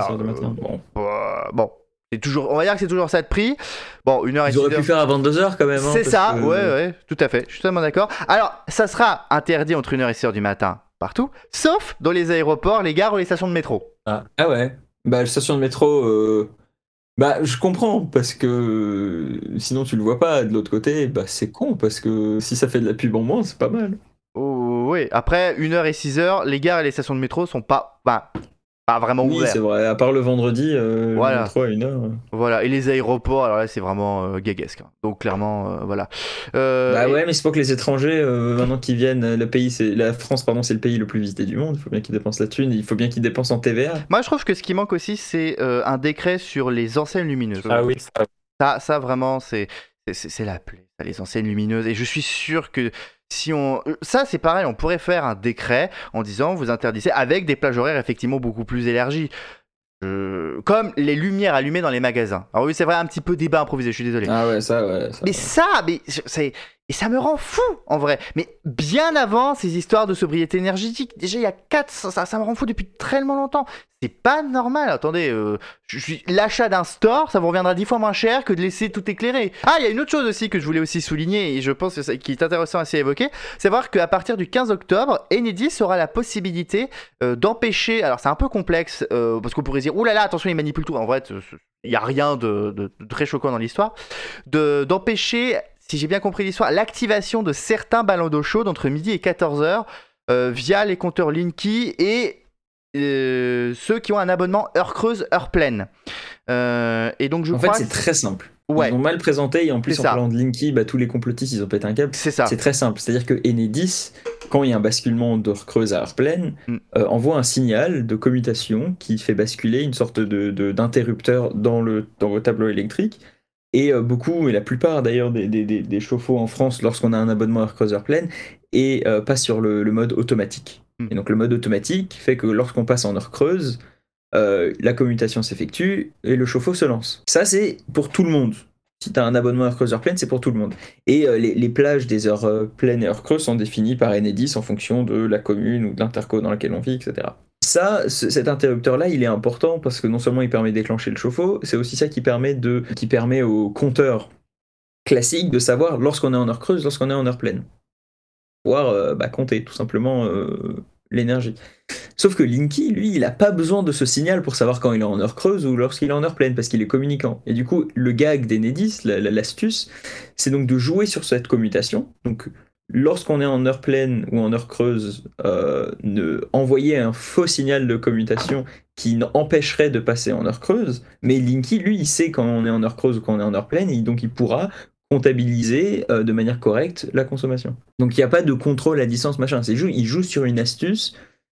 Speaker 1: bon. C'est toujours, on va dire que c'est toujours ça de prix. Bon, 1h et 6h.
Speaker 2: Ils auraient pu faire à 22h quand même.
Speaker 1: C'est ça, ouais, tout à fait. Je suis totalement d'accord. Alors, ça sera interdit entre 1h et 6h du matin partout, sauf dans les aéroports, les gares ou les stations de métro.
Speaker 2: Ah ouais. Bah, les stations de métro, Bah, je comprends, parce que sinon tu le vois pas. De l'autre côté, bah, c'est con, parce que si ça fait de la pub en moins, c'est pas mal.
Speaker 1: Oh, oui, après 1h et 6h, les gares et les stations de métro sont pas vraiment
Speaker 2: Oui,
Speaker 1: ouverts.
Speaker 2: c'est vrai. À part le vendredi,
Speaker 1: Voilà.
Speaker 2: le métro à 1h.
Speaker 1: Voilà, et les aéroports, alors là c'est vraiment gaguesque, hein. Donc clairement, voilà.
Speaker 2: Bah
Speaker 1: Et-
Speaker 2: ouais, mais c'est pas que les étrangers, maintenant qu'ils viennent, la France, pardon, c'est le pays le plus visité du monde. Il faut bien qu'ils dépensent la thune, il faut bien qu'ils dépensent en TVA.
Speaker 1: Moi je trouve que ce qui manque aussi c'est un décret sur les enseignes lumineuses.
Speaker 5: Ah oui,
Speaker 1: Ça vraiment c'est la plaie, ça, les enseignes lumineuses. Et je suis sûr que si on... Ça c'est pareil, on pourrait faire un décret en disant vous interdisez avec des plages horaires effectivement beaucoup plus élargies. Comme les lumières allumées dans les magasins. Alors oui, c'est vrai, un petit peu débat improvisé, je suis désolé.
Speaker 2: Ah ouais, ça, ouais.
Speaker 1: Mais et ça me rend fou en vrai. Mais bien avant ces histoires de sobriété énergétique, déjà il y a 4, ça me rend fou depuis tellement longtemps. C'est pas normal. Attendez, l'achat d'un store, ça vous reviendra 10 fois moins cher que de laisser tout éclairé. Ah, il y a une autre chose aussi que je voulais aussi souligner et je pense que qui est intéressant à évoquer, c'est voir qu'à partir du 15 octobre, Enedis aura la possibilité d'empêcher. Alors c'est un peu complexe parce qu'on pourrait dire, ouh là là, attention, ils manipulent tout. En vrai, il n'y a rien de très choquant dans l'histoire. D'empêcher, si j'ai bien compris l'histoire, l'activation de certains ballons d'eau chaude entre midi et 14h via les compteurs Linky et ceux qui ont un abonnement heure creuse, heure pleine. Et donc je
Speaker 2: En
Speaker 1: crois
Speaker 2: fait, c'est très simple.
Speaker 1: Ouais.
Speaker 2: Ils ont mal présenté et en plus,
Speaker 1: C'est
Speaker 2: en
Speaker 1: ça.
Speaker 2: parlant de Linky, bah, tous les complotistes, ils ont pété un câble.
Speaker 1: C'est ça.
Speaker 2: C'est très simple. C'est-à-dire que Enedis, quand il y a un basculement d'heure creuse à heure pleine, envoie un signal de commutation qui fait basculer une sorte d'interrupteur dans vos tableaux électriques. Et beaucoup, et la plupart d'ailleurs des chauffe-eau en France, lorsqu'on a un abonnement heure creuse heure pleine, passe sur le mode automatique. Et donc le mode automatique fait que lorsqu'on passe en heure creuse, la commutation s'effectue et le chauffe-eau se lance. Ça, c'est pour tout le monde. Si tu as un abonnement heure creuse heure pleine, c'est pour tout le monde. Et les plages des heures pleines et heures creuses sont définies par Enedis en fonction de la commune ou de l'interco dans laquelle on vit, etc. Ça, cet interrupteur-là, il est important parce que non seulement il permet de déclencher le chauffe-eau, c'est aussi ça qui permet au compteur classique de savoir lorsqu'on est en heure creuse, lorsqu'on est en heure pleine. Pouvoir compter tout simplement l'énergie. Sauf que Linky, lui, il n'a pas besoin de ce signal pour savoir quand il est en heure creuse ou lorsqu'il est en heure pleine, parce qu'il est communicant. Et du coup, le gag d'Enedis, l'astuce, c'est donc de jouer sur cette commutation. Donc, lorsqu'on est en heure pleine ou en heure creuse, envoyer un faux signal de commutation qui empêcherait de passer en heure creuse. Mais Linky, lui, il sait quand on est en heure creuse ou quand on est en heure pleine, et donc il pourra comptabiliser de manière correcte la consommation. Donc il n'y a pas de contrôle à distance, machin. Il joue sur une astuce,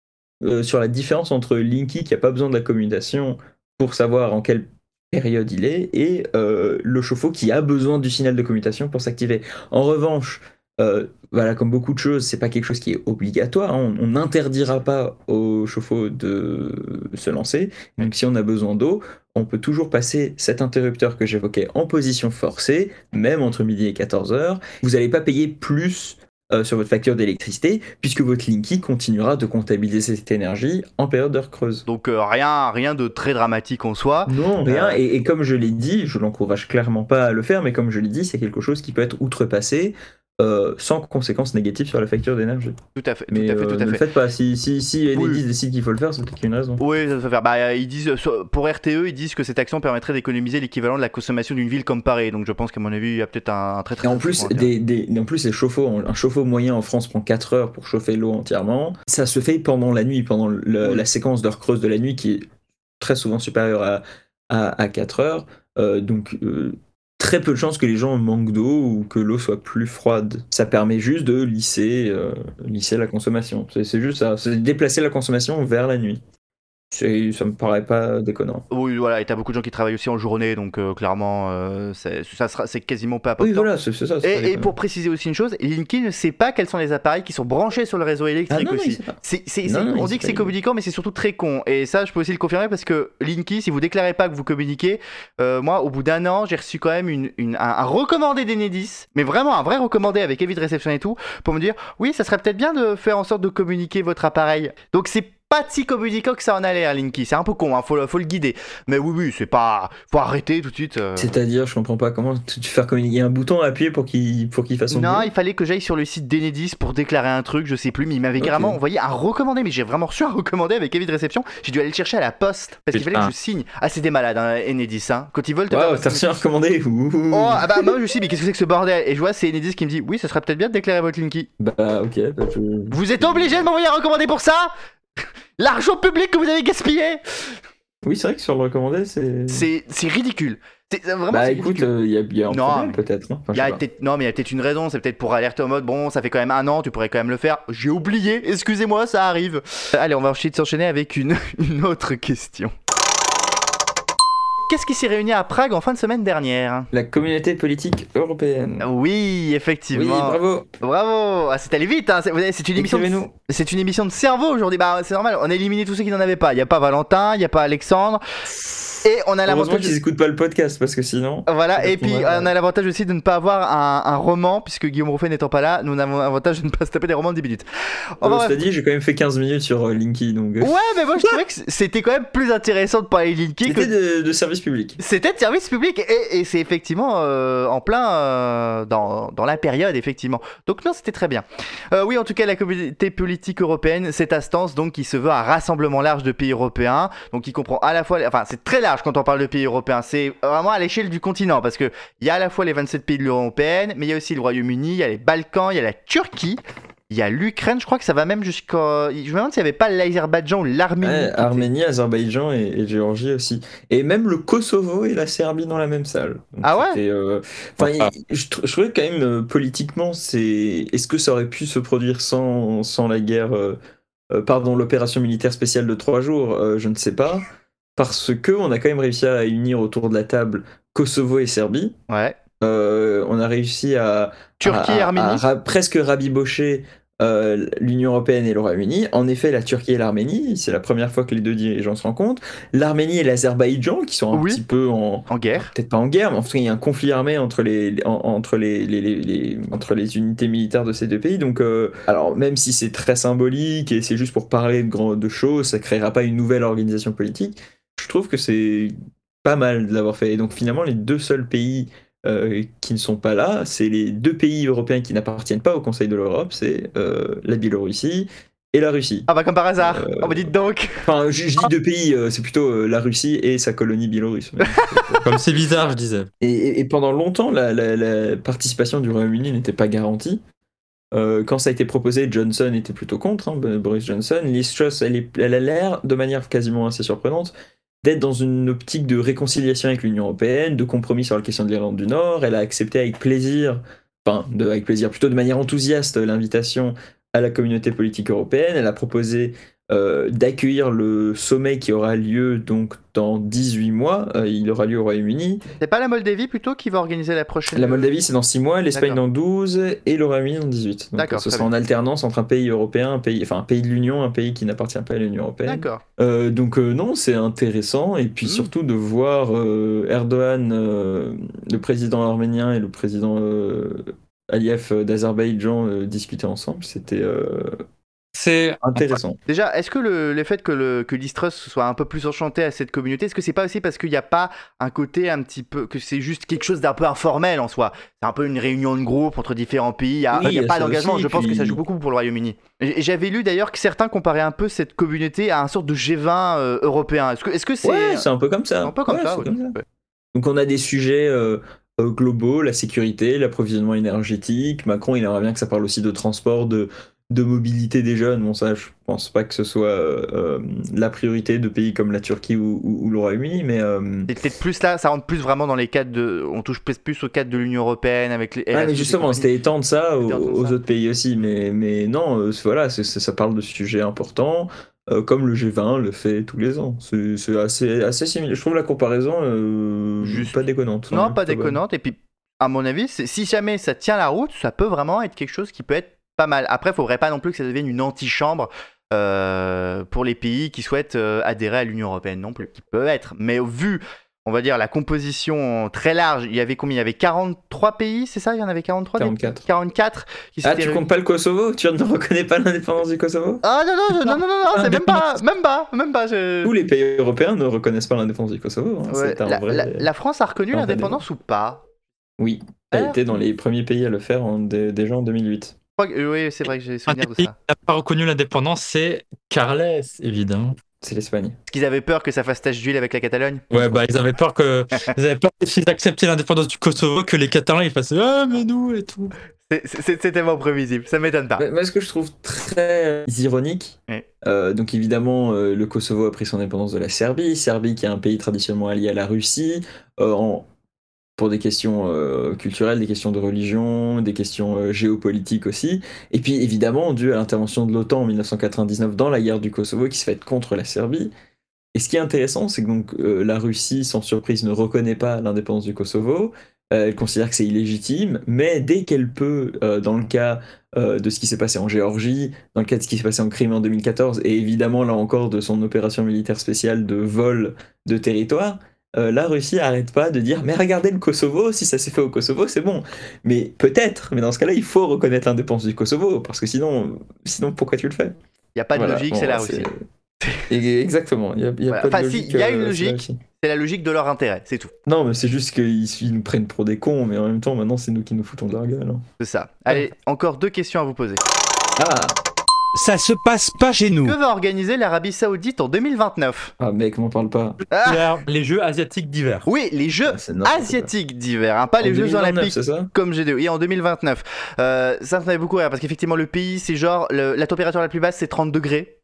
Speaker 2: sur la différence entre Linky qui n'a pas besoin de la commutation pour savoir en quelle période il est, et le chauffe-eau qui a besoin du signal de commutation pour s'activer. En revanche, voilà, comme beaucoup de choses, c'est pas quelque chose qui est obligatoire, hein. On n'interdira pas au chauffe-eau de se lancer. Donc si on a besoin d'eau, on peut toujours passer cet interrupteur que j'évoquais en position forcée, même entre midi et 14h. Vous n'allez pas payer plus sur votre facture d'électricité, puisque votre Linky continuera de comptabiliser cette énergie en période d'heure creuse.
Speaker 1: Donc rien de très dramatique en soi.
Speaker 2: Non, rien. Et comme je l'ai dit, je l'encourage clairement pas à le faire, mais comme je l'ai dit, c'est quelque chose qui peut être outrepassé sans conséquences négatives sur la facture d'énergie.
Speaker 1: Tout à fait,
Speaker 2: mais
Speaker 1: tout à fait.
Speaker 2: Ne le faites pas. Si Enedis décide qu'il faut le faire, c'est peut-être qu'il y a une raison.
Speaker 1: Oui, ça se fait faire. Bah, ils disent, pour RTE, ils disent que cette action permettrait d'économiser l'équivalent de la consommation d'une ville comme Paris. Donc je pense qu'à mon avis, il y a peut-être un très très...
Speaker 2: Et en plus, les chauffe-eau, un chauffe-eau moyen en France prend 4 heures pour chauffer l'eau entièrement. Ça se fait pendant la nuit, pendant la séquence d'heure creuse de la nuit qui est très souvent supérieure à 4 heures. Donc très peu de chances que les gens manquent d'eau ou que l'eau soit plus froide. Ça permet juste de lisser la consommation. C'est juste ça, c'est déplacer la consommation vers la nuit. Ça me paraît pas déconnant.
Speaker 1: Oui, voilà, et t'as beaucoup de gens qui travaillent aussi en journée, donc clairement, c'est quasiment pas important.
Speaker 2: Oui, voilà, c'est ça.
Speaker 1: Et pour préciser aussi une chose, Linky ne sait pas quels sont les appareils qui sont branchés sur le réseau électrique aussi. On dit que c'est communicant, mais c'est surtout très con. Et ça, je peux aussi le confirmer parce que Linky, si vous déclarez pas que vous communiquez, moi, au bout d'un an, j'ai reçu quand même un recommandé d'Enedis, mais vraiment un vrai recommandé avec avis de réception et tout, pour me dire oui, ça serait peut-être bien de faire en sorte de communiquer votre appareil. Donc c'est pas si communicant que ça en a l'air, Linky. C'est un peu con, hein, faut le guider. Mais oui, c'est pas. Faut arrêter tout de suite.
Speaker 2: C'est-à-dire, je comprends pas comment tu faire communiquer. Il y a un bouton à appuyer pour qu'il fasse son
Speaker 1: Non,
Speaker 2: boulot.
Speaker 1: il fallait que j'aille sur le site d'Enedis pour déclarer un truc, je sais plus, mais il m'avait carrément envoyé un recommandé. Mais j'ai vraiment reçu un recommandé avec avis de réception. J'ai dû aller le chercher à la poste parce qu'il fallait que je signe. Ah, c'est des malades, hein, Enedis. Hein. Quand ils veulent te
Speaker 2: Waouh, t'as reçu un recommandé.
Speaker 1: Oh, ah bah moi je me suis dit, mais qu'est-ce que c'est que ce bordel? Et je vois, c'est Enedis qui me dit, oui, ça serait peut-être bien de déclarer votre Linky.
Speaker 2: Bah, ok.
Speaker 1: Vous êtes obligé de m'envoyer un recommandé pour ça? L'argent public que vous avez gaspillé?
Speaker 2: Oui, c'est vrai que sur le recommandé,
Speaker 1: c'est ridicule. Vraiment,
Speaker 2: bah,
Speaker 1: c'est
Speaker 2: écoute,
Speaker 1: ridicule.
Speaker 2: il y a un problème peut-être. Hein. Enfin,
Speaker 1: Non, mais il y a peut-être une raison. C'est peut-être pour alerter en mode, bon, ça fait quand même 1 an, tu pourrais quand même le faire. J'ai oublié, excusez-moi, ça arrive. Allez, on va ensuite s'enchaîner avec une autre question. Qu'est-ce qui s'est réuni à Prague en fin de semaine dernière?
Speaker 2: La communauté politique européenne.
Speaker 1: Oui, effectivement.
Speaker 2: Oui, bravo.
Speaker 1: Bravo. Ah, c'est allé vite, hein. C'est une émission. C'est une émission de cerveau aujourd'hui. Bah, c'est normal. On a éliminé tous ceux qui n'en avaient pas. Il y a pas Valentin, il y a pas Alexandre. Et on a
Speaker 2: Heureusement qu'ils écoutent pas le podcast parce que sinon.
Speaker 1: Voilà, et puis on a l'avantage aussi de ne pas avoir un roman, puisque Guillaume Rouffet n'étant pas là, nous avons l'avantage de ne pas se taper des romans de 10 minutes.
Speaker 2: Cela dit, j'ai quand même fait 15 minutes sur Linky. Donc...
Speaker 1: Ouais, mais moi je trouvais que c'était quand même plus intéressant de parler de Linky.
Speaker 2: C'était de service public.
Speaker 1: C'était de service public, et c'est effectivement en plein dans la période, effectivement. Donc non, c'était très bien. Oui, en tout cas, la communauté politique européenne, cette instance donc qui se veut un rassemblement large de pays européens, donc qui comprend à la fois, enfin c'est très large quand on parle de pays européens, c'est vraiment à l'échelle du continent, parce que il y a à la fois les 27 pays de l'Union européenne, mais il y a aussi le Royaume-Uni, il y a les Balkans, il y a la Turquie, il y a l'Ukraine, je crois que ça va même jusqu'à... Je me demande s'il n'y avait pas l'Azerbaïdjan ou l'Arménie.
Speaker 2: Ouais, Arménie, Azerbaïdjan et Géorgie aussi. Et même le Kosovo et la Serbie dans la même salle. Donc
Speaker 1: ah ouais
Speaker 2: je trouvais quand même politiquement, est-ce que ça aurait pu se produire sans la guerre, l'opération militaire spéciale de 3 jours, je ne sais pas. Parce que on a quand même réussi à unir autour de la table Kosovo et Serbie.
Speaker 1: Ouais.
Speaker 2: On a réussi à
Speaker 1: Turquie et Arménie.
Speaker 2: Presque rabibocher l'Union européenne et le Royaume-Uni. En effet, la Turquie et l'Arménie, c'est la première fois que les deux dirigeants se rencontrent. L'Arménie et l'Azerbaïdjan, qui sont un petit peu en
Speaker 1: guerre.
Speaker 2: Peut-être pas en guerre, mais en tout cas, il y a un conflit armé entre les unités militaires de ces deux pays. Donc, alors, même si c'est très symbolique et c'est juste pour parler de choses, ça créera pas une nouvelle organisation politique. Je trouve que c'est pas mal de l'avoir fait. Et donc, finalement, les deux seuls pays qui ne sont pas là, c'est les 2 pays européens qui n'appartiennent pas au Conseil de l'Europe, c'est la Biélorussie et la Russie.
Speaker 1: Ah bah comme par hasard, on me dit donc.
Speaker 2: Enfin, je dis 2 pays, c'est plutôt la Russie et sa colonie biélorusse.
Speaker 6: Comme c'est bizarre, je disais.
Speaker 2: Et pendant longtemps, la participation du Royaume-Uni n'était pas garantie. Quand ça a été proposé, Johnson était plutôt contre, hein, Boris Johnson. Liz Truss, elle a l'air, de manière quasiment assez surprenante, d'être dans une optique de réconciliation avec l'Union européenne, de compromis sur la question de l'Irlande du Nord. Elle a accepté avec plaisir, plutôt de manière enthousiaste, l'invitation à la communauté politique européenne. Elle a proposé d'accueillir le sommet qui aura lieu donc dans 18 mois. Il aura lieu au Royaume-Uni.
Speaker 1: C'est pas la Moldavie plutôt qui va organiser la prochaine?
Speaker 2: La Moldavie c'est dans 6 mois, l'Espagne dans 12 et le Royaume-Uni dans 18. Donc
Speaker 1: d'accord,
Speaker 2: ce sera en alternance entre un pays européen, un pays de l'Union, un pays qui n'appartient pas à l'Union européenne.
Speaker 1: D'accord.
Speaker 2: Donc non, c'est intéressant. Et puis surtout de voir Erdogan, le président arménien et le président Aliyev d'Azerbaïdjan discuter ensemble, c'était...
Speaker 6: C'est
Speaker 2: intéressant.
Speaker 1: Déjà, est-ce que le fait que Liz Truss soit un peu plus enchantée à cette communauté, est-ce que c'est pas aussi parce qu'il n'y a pas un côté un petit peu, que c'est juste quelque chose d'un peu informel en soi? C'est un peu une réunion de groupe entre différents pays, il n'y a pas d'engagement, je pense que ça joue beaucoup pour le Royaume-Uni. J'avais lu d'ailleurs que certains comparaient un peu cette communauté à un sorte de G20 européen. Est-ce que c'est...
Speaker 2: Ouais, c'est un peu comme ça.
Speaker 1: Un peu comme ça, oui.
Speaker 2: Ouais. Donc on a des sujets... globaux, la sécurité, l'approvisionnement énergétique. Macron, il aimerait bien que ça parle aussi de transport, de mobilité des jeunes. Bon, ça, je pense pas que ce soit la priorité de pays comme la Turquie ou le Royaume-Uni, mais...
Speaker 1: C'est peut-être plus là, ça rentre plus vraiment dans les cadres de... On touche plus au cadre de l'Union européenne avec les...
Speaker 2: mais justement, c'était étendre ça aux autres pays aussi, mais non, voilà, ça parle de sujets importants, comme le G20 le fait tous les ans. C'est assez similaire. Je trouve la comparaison pas déconnante.
Speaker 1: Non, pas déconnante, et puis, à mon avis, si jamais ça tient la route, ça peut vraiment être quelque chose qui peut être pas mal. Après, il faudrait pas non plus que ça devienne une antichambre pour les pays qui souhaitent adhérer à l'Union européenne non plus, qui peut être. Mais vu on va dire, la composition très large, il y avait combien? Il y avait 43 pays, c'est ça? Il y en avait 43?
Speaker 2: 44.
Speaker 1: 44 qui
Speaker 2: Ah,
Speaker 1: s'étaient
Speaker 2: tu
Speaker 1: réunis.
Speaker 2: comptes pas le Kosovo? Tu ne reconnais pas l'indépendance du Kosovo?
Speaker 1: Ah non, c'est même pas.
Speaker 2: Tous les pays européens ne reconnaissent pas l'indépendance du Kosovo. Hein.
Speaker 1: Ouais,
Speaker 2: C'est un vrai...
Speaker 1: la France a reconnu
Speaker 2: un vrai
Speaker 1: l'indépendance ou pas?
Speaker 2: Oui, elle
Speaker 1: Ah.
Speaker 2: était dans les premiers pays à le faire déjà en 2008.
Speaker 1: Oui, c'est vrai que j'ai
Speaker 6: Un
Speaker 1: souvenir
Speaker 6: des
Speaker 1: de
Speaker 6: pays
Speaker 1: ça.
Speaker 6: qui n'a pas reconnu l'indépendance, c'est Carles, évidemment.
Speaker 2: C'est l'Espagne.
Speaker 1: Parce qu'ils avaient peur que ça fasse tache d'huile avec la Catalogne.
Speaker 6: Ouais, bah ils avaient peur que s'ils acceptaient l'indépendance du Kosovo, que les Catalans ils fassent ah mais nous et tout.
Speaker 1: C'est tellement prévisible, ça m'étonne pas.
Speaker 2: Moi, ce que je trouve très ironique,
Speaker 1: Ouais.
Speaker 2: donc évidemment, le Kosovo a pris son indépendance de la Serbie. Serbie qui est un pays traditionnellement allié à la Russie, pour des questions culturelles, des questions de religion, des questions géopolitiques aussi. Et puis évidemment, dû à l'intervention de l'OTAN en 1999 dans la guerre du Kosovo qui se fait contre la Serbie. Et ce qui est intéressant, c'est que donc, la Russie, sans surprise, ne reconnaît pas l'indépendance du Kosovo. Elle considère que c'est illégitime, mais dès qu'elle peut, dans le cas de ce qui s'est passé en Géorgie, dans le cas de ce qui s'est passé en Crimée en 2014, et évidemment là encore de son opération militaire spéciale de vol de territoire, la Russie arrête pas de dire mais regardez le Kosovo, si ça s'est fait au Kosovo, c'est bon. Mais peut-être, mais dans ce cas-là, il faut reconnaître l'indépendance du Kosovo, parce que sinon pourquoi tu le fais?
Speaker 1: Il n'y a pas de
Speaker 2: Voilà,
Speaker 1: logique,
Speaker 2: bon,
Speaker 1: c'est la Russie.
Speaker 2: Exactement, il y a
Speaker 1: Voilà.
Speaker 2: pas de
Speaker 1: Enfin,
Speaker 2: logique.
Speaker 1: si, il y a une
Speaker 2: c'est la
Speaker 1: logique.
Speaker 2: Russie.
Speaker 1: C'est la logique de leur intérêt, c'est tout.
Speaker 2: Non, mais c'est juste qu'ils nous prennent pour des cons, mais en même temps, maintenant, c'est nous qui nous foutons de leur gueule. Hein.
Speaker 1: C'est ça. Allez, encore 2 questions à vous poser.
Speaker 2: Ah,
Speaker 3: Ça se passe pas chez nous.
Speaker 1: Que va organiser l'Arabie Saoudite en 2029?
Speaker 2: mec, m'en parle pas.
Speaker 6: Les Jeux asiatiques d'hiver.
Speaker 1: Oui, les Jeux
Speaker 2: Ah, c'est n'importe quoi.
Speaker 1: asiatiques d'hiver, hein, pas
Speaker 2: En
Speaker 1: les Jeux
Speaker 2: 2029,
Speaker 1: olympiques
Speaker 2: c'est ça?
Speaker 1: comme G2. Oui, en 2029. Ça me fait beaucoup rire parce qu'effectivement, le pays, c'est genre la température la plus basse, c'est 30 degrés.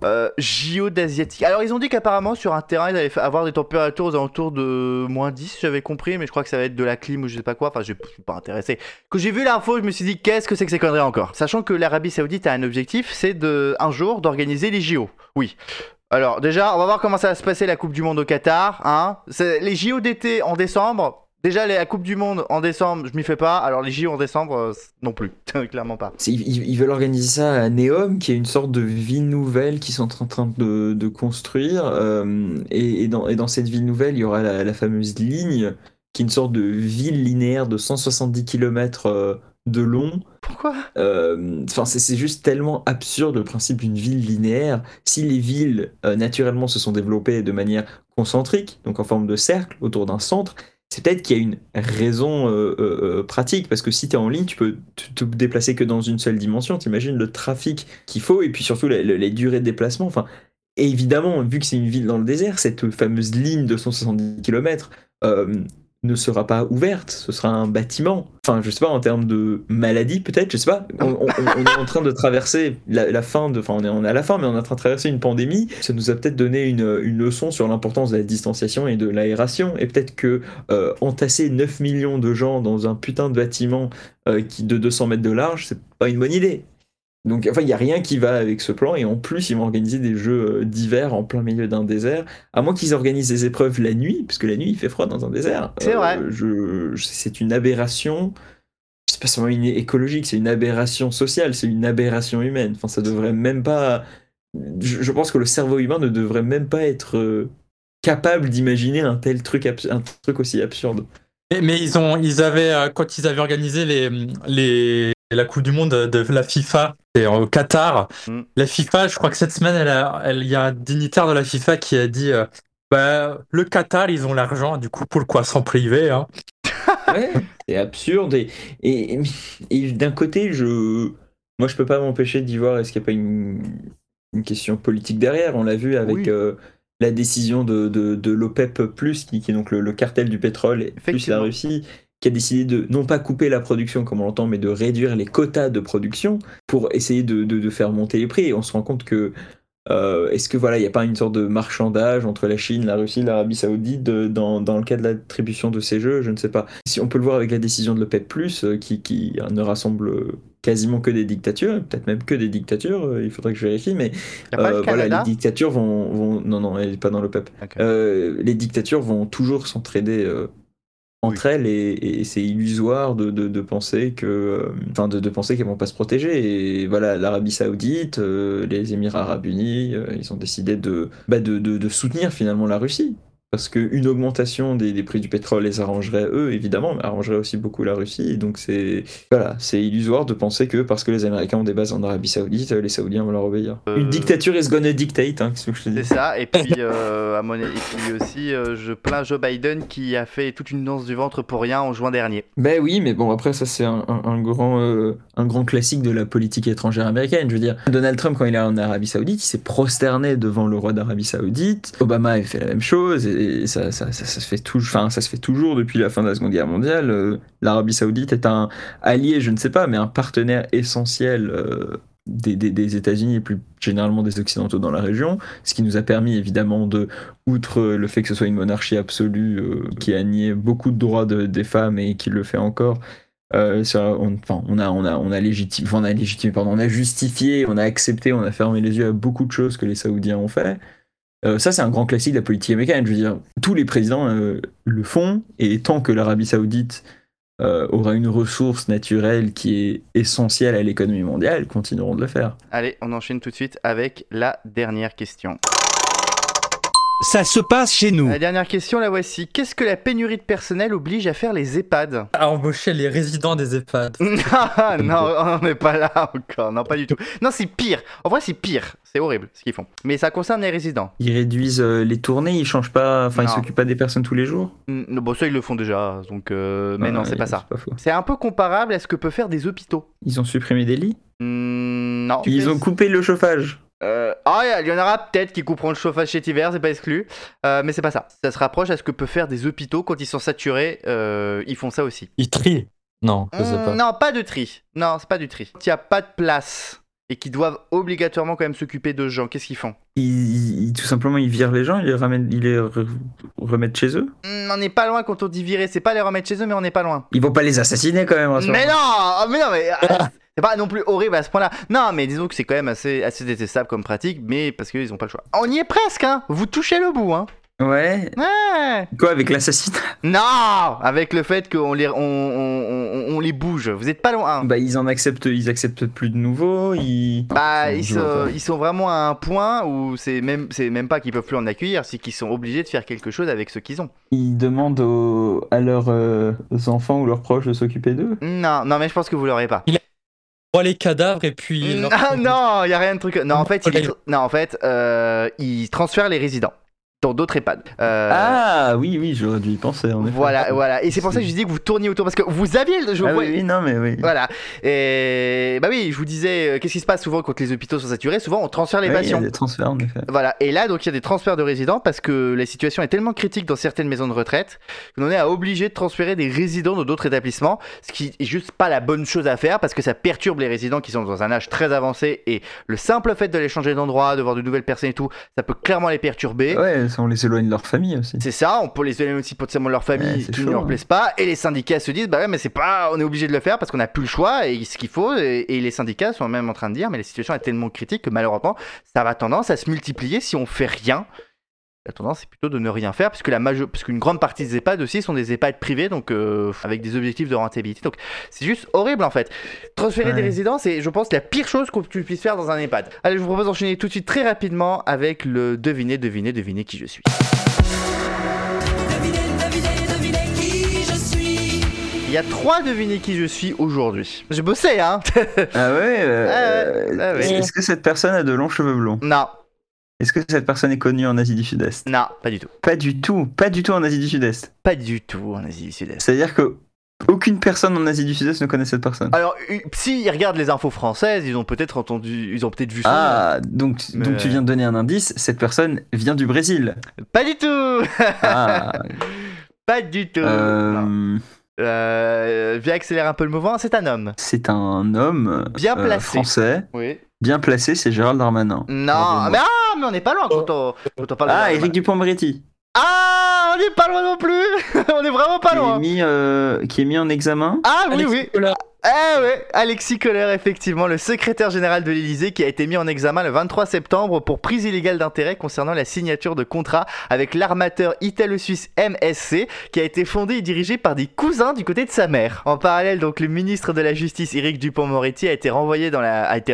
Speaker 1: JO d'asiatique. Alors, ils ont dit qu'apparemment, sur un terrain, ils allaient avoir des températures aux alentours de moins 10, j'avais compris, mais je crois que ça va être de la clim ou je sais pas quoi. Enfin, je suis pas intéressé. Quand j'ai vu l'info, je me suis dit, qu'est-ce que c'est que ces conneries encore? Sachant que l'Arabie Saoudite a un objectif, c'est un jour d'organiser les JO. Oui. Alors, déjà, on va voir comment ça va se passer la Coupe du Monde au Qatar. Hein. Les JO d'été en décembre. Déjà, la Coupe du Monde en décembre, je m'y fais pas. Alors, les JO en décembre, non plus. Clairement pas.
Speaker 2: Ils veulent organiser ça à Neom, qui est une sorte de ville nouvelle qu'ils sont en train de construire. Et dans cette ville nouvelle, il y aura la fameuse ligne, qui est une sorte de ville linéaire de 170 km de long.
Speaker 1: Pourquoi?
Speaker 2: Enfin, c'est juste tellement absurde le principe d'une ville linéaire. Si les villes, naturellement, se sont développées de manière concentrique, donc en forme de cercle autour d'un centre, c'est peut-être qu'il y a une raison pratique, parce que si tu es en ligne, tu peux te déplacer que dans une seule dimension. T'imagines le trafic qu'il faut, et puis surtout les durées de déplacement. Enfin, et évidemment, vu que c'est une ville dans le désert, cette fameuse ligne de 170 km ne sera pas ouverte, ce sera un bâtiment. Enfin, je sais pas, en termes de maladie, peut-être, je sais pas. On est en train de traverser la fin de... Enfin, on est à la fin, mais on est en train de traverser une pandémie. Ça nous a peut-être donné une leçon sur l'importance de la distanciation et de l'aération. Et peut-être que entasser 9 millions de gens dans un putain de bâtiment de 200 mètres de large, c'est pas une bonne idée. Donc, enfin, il n'y a rien qui va avec ce plan, et en plus, ils vont organiser des jeux d'hiver en plein milieu d'un désert, à moins qu'ils organisent des épreuves la nuit, parce que la nuit, il fait froid dans un désert.
Speaker 1: C'est vrai.
Speaker 2: C'est une aberration, c'est pas seulement écologique, c'est une aberration sociale, c'est une aberration humaine. Enfin, ça devrait même pas... Je pense que le cerveau humain ne devrait même pas être capable d'imaginer un tel truc, un truc aussi absurde.
Speaker 6: Mais ils avaient quand ils avaient organisé la Coupe du Monde de la FIFA au Qatar. La FIFA, je crois que cette semaine, il y a un dignitaire de la FIFA qui a dit le Qatar, ils ont l'argent, du coup, pour le croissant privé. Hein.
Speaker 2: Ouais, c'est absurde. Et d'un côté, moi, je peux pas m'empêcher d'y voir, est-ce qu'il n'y a pas une question politique derrière? On l'a vu avec la décision de l'OPEP+, qui est donc le cartel du pétrole, plus la Russie, qui a décidé de non pas couper la production comme on l'entend, mais de réduire les quotas de production pour essayer de faire monter les prix. Et on se rend compte que est-ce que il n'y a pas une sorte de marchandage entre la Chine, la Russie, l'Arabie Saoudite dans le cas de l'attribution de ces jeux? Je ne sais pas. Si on peut le voir avec la décision de l'OPEP+, qui ne rassemble quasiment que des dictatures, peut-être même que des dictatures, il faudrait que je vérifie, mais les dictatures vont... Non, elle n'est pas dans l'OPEP. Okay. Les dictatures vont toujours s'entraider entre elles, et c'est illusoire de penser que de penser qu'elles vont pas se protéger. Et voilà, l'Arabie Saoudite, les Émirats Arabes Unis, ils ont décidé de soutenir finalement la Russie. parce qu'une augmentation des prix du pétrole les arrangerait eux, évidemment, mais arrangerait aussi beaucoup la Russie. Et donc c'est illusoire de penser que parce que les Américains ont des bases en Arabie Saoudite, les Saoudiens vont leur obéir. Une dictature is gonna dictate, qu'est-ce que je te dis.
Speaker 1: C'est ça, et puis, aussi, je plains Joe Biden qui a fait toute une danse du ventre pour rien en juin dernier.
Speaker 2: Ben oui, mais bon, après, ça c'est un grand classique de la politique étrangère américaine. Je veux dire, Donald Trump, quand il est en Arabie Saoudite, il s'est prosterné devant le roi d'Arabie Saoudite. Obama avait fait la même chose, et ça se fait toujours depuis la fin de la Seconde Guerre mondiale. L'Arabie Saoudite est un allié, je ne sais pas, mais un partenaire essentiel des États-Unis et plus généralement des Occidentaux dans la région, ce qui nous a permis évidemment outre le fait que ce soit une monarchie absolue qui a nié beaucoup de droits des femmes et qui le fait encore, on a justifié, on a accepté, on a fermé les yeux à beaucoup de choses que les Saoudiens ont fait. Ça, c'est un grand classique de la politique américaine. Je veux dire, tous les présidents le font, et tant que l'Arabie Saoudite aura une ressource naturelle qui est essentielle à l'économie mondiale, ils continueront de le faire.
Speaker 1: Allez, on enchaîne tout de suite avec la dernière question.
Speaker 3: Ça se passe chez nous.
Speaker 1: La dernière question, la voici. Qu'est-ce que la pénurie de personnel oblige à faire les EHPAD ?
Speaker 6: À embaucher les résidents des EHPAD.
Speaker 1: Non, on n'est pas là encore. Non, pas du tout. Non, c'est pire. En vrai, c'est pire. C'est horrible ce qu'ils font. Mais ça concerne les résidents.
Speaker 2: Ils réduisent les tournées, ils changent pas, ils s'occupent pas des personnes tous les jours.
Speaker 1: Bon, ça, ils le font déjà. Donc, mais non, c'est pas ça.
Speaker 2: C'est pas faux.
Speaker 1: C'est un peu comparable à ce que peut faire des hôpitaux.
Speaker 2: Ils ont supprimé des lits ?
Speaker 1: Non.
Speaker 2: Ils ont coupé le chauffage.
Speaker 1: Il y en aura peut-être qui couperont le chauffage cet hiver, c'est pas exclu, mais c'est pas ça. Ça se rapproche à ce que peut faire des hôpitaux quand ils sont saturés, ils font ça aussi.
Speaker 6: Ils trient ? Non, je sais pas.
Speaker 1: Non, pas de tri. Non, c'est pas du tri. S'il n'y a pas de place et qu'ils doivent obligatoirement quand même s'occuper de gens, qu'est-ce qu'ils font ?
Speaker 2: Tout simplement, ils virent les gens, ils les remettent chez eux.
Speaker 1: On n'est pas loin quand on dit virer, c'est pas les remettre chez eux, mais on n'est pas loin.
Speaker 2: Ils vont pas les assassiner quand même.
Speaker 1: Mais non, c'est pas non plus horrible à ce point-là. Non, mais disons que c'est quand même assez détestable comme pratique, mais parce qu'ils ont pas le choix. On y est presque, hein. Vous touchez le bout, hein.
Speaker 2: Ouais. Quoi, avec l'assassinat ?
Speaker 1: Non, avec le fait qu'on les bouge. Vous êtes pas loin.
Speaker 2: Bah, ils acceptent plus de nouveaux. Ils
Speaker 1: sont vraiment à un point où c'est même pas qu'ils peuvent plus en accueillir, c'est qu'ils sont obligés de faire quelque chose avec ce qu'ils ont.
Speaker 2: Ils demandent à leurs enfants ou leurs proches de s'occuper d'eux.
Speaker 1: Non, mais je pense que vous l'aurez pas.
Speaker 6: Les cadavres et puis.
Speaker 1: Non, il y a rien de truc. Non, en fait, ils transfèrent les résidents dans d'autres EHPAD.
Speaker 2: Oui, j'aurais dû y penser. En effet.
Speaker 1: Voilà. Et c'est pour ça que je disais que vous tourniez autour, parce que vous aviez le jeu.
Speaker 2: Oui.
Speaker 1: Voilà. Et bah oui, je vous disais, qu'est-ce qui se passe souvent quand les hôpitaux sont saturés ? Souvent, on transfère les patients.
Speaker 2: Il y a des transferts, en effet.
Speaker 1: Voilà. Et là, donc, il y a des transferts de résidents parce que la situation est tellement critique dans certaines maisons de retraite qu'on est obligé de transférer des résidents dans d'autres établissements, ce qui est juste pas la bonne chose à faire parce que ça perturbe les résidents qui sont dans un âge très avancé, et le simple fait de les changer d'endroit, de voir de nouvelles personnes et tout, ça peut clairement les perturber.
Speaker 2: Ouais, on les éloigne de leur famille aussi.
Speaker 1: C'est ça, on peut les éloigner aussi potentiellement de leur famille qui ne leur plaisent pas, et les syndicats se disent bah ouais, mais c'est pas, on est obligé de le faire parce qu'on n'a plus le choix et ce qu'il faut, et les syndicats sont même en train de dire mais la situation est tellement critique que malheureusement ça va tendance à se multiplier si on fait rien. La tendance c'est plutôt de ne rien faire, puisque qu'une grande partie des EHPAD aussi sont des EHPAD privés, donc avec des objectifs de rentabilité, donc c'est juste horrible en fait. Transférer des résidents, c'est je pense la pire chose que tu puisses faire dans un EHPAD. Allez, je vous propose d'enchaîner tout de suite très rapidement avec le devinez qui je suis. Devinez qui je suis. Il y a 3 devinez qui je suis aujourd'hui. J'ai bossé, hein.
Speaker 2: Ah ouais, Est-ce que cette personne a de longs cheveux blonds ?
Speaker 1: Non.
Speaker 2: Est-ce que cette personne est connue en Asie du Sud-Est ?
Speaker 1: Non, pas du tout.
Speaker 2: Pas du tout en Asie du Sud-Est.
Speaker 1: Pas du tout en Asie du Sud-Est.
Speaker 2: C'est-à-dire que aucune personne en Asie du Sud-Est ne connaît cette personne.
Speaker 1: Alors, s'ils regardent les infos françaises, ils ont peut-être vu son
Speaker 2: nom. Donc tu viens de donner un indice, cette personne vient du Brésil.
Speaker 1: Pas du tout. Pas du tout. Viens accélérer un peu le mouvement, c'est un homme.
Speaker 2: C'est un homme
Speaker 1: bien placé.
Speaker 2: Français.
Speaker 1: Oui.
Speaker 2: Bien placé, c'est Gérald Darmanin.
Speaker 1: Non, mais on n'est pas loin quand on parle de
Speaker 2: Éric Dupond-Moretti.
Speaker 1: Ah, on n'est pas loin non plus. On est vraiment pas loin.
Speaker 2: Qui est mis en examen.
Speaker 1: Ah oui. Ah ouais, Alexis Kohler, effectivement, le secrétaire général de l'Élysée qui a été mis en examen le 23 septembre pour prise illégale d'intérêt concernant la signature de contrat avec l'armateur italo-suisse MSC qui a été fondé et dirigé par des cousins du côté de sa mère. En parallèle, donc, le ministre de la Justice, Éric Dupond-Moretti, a été renvoyé dans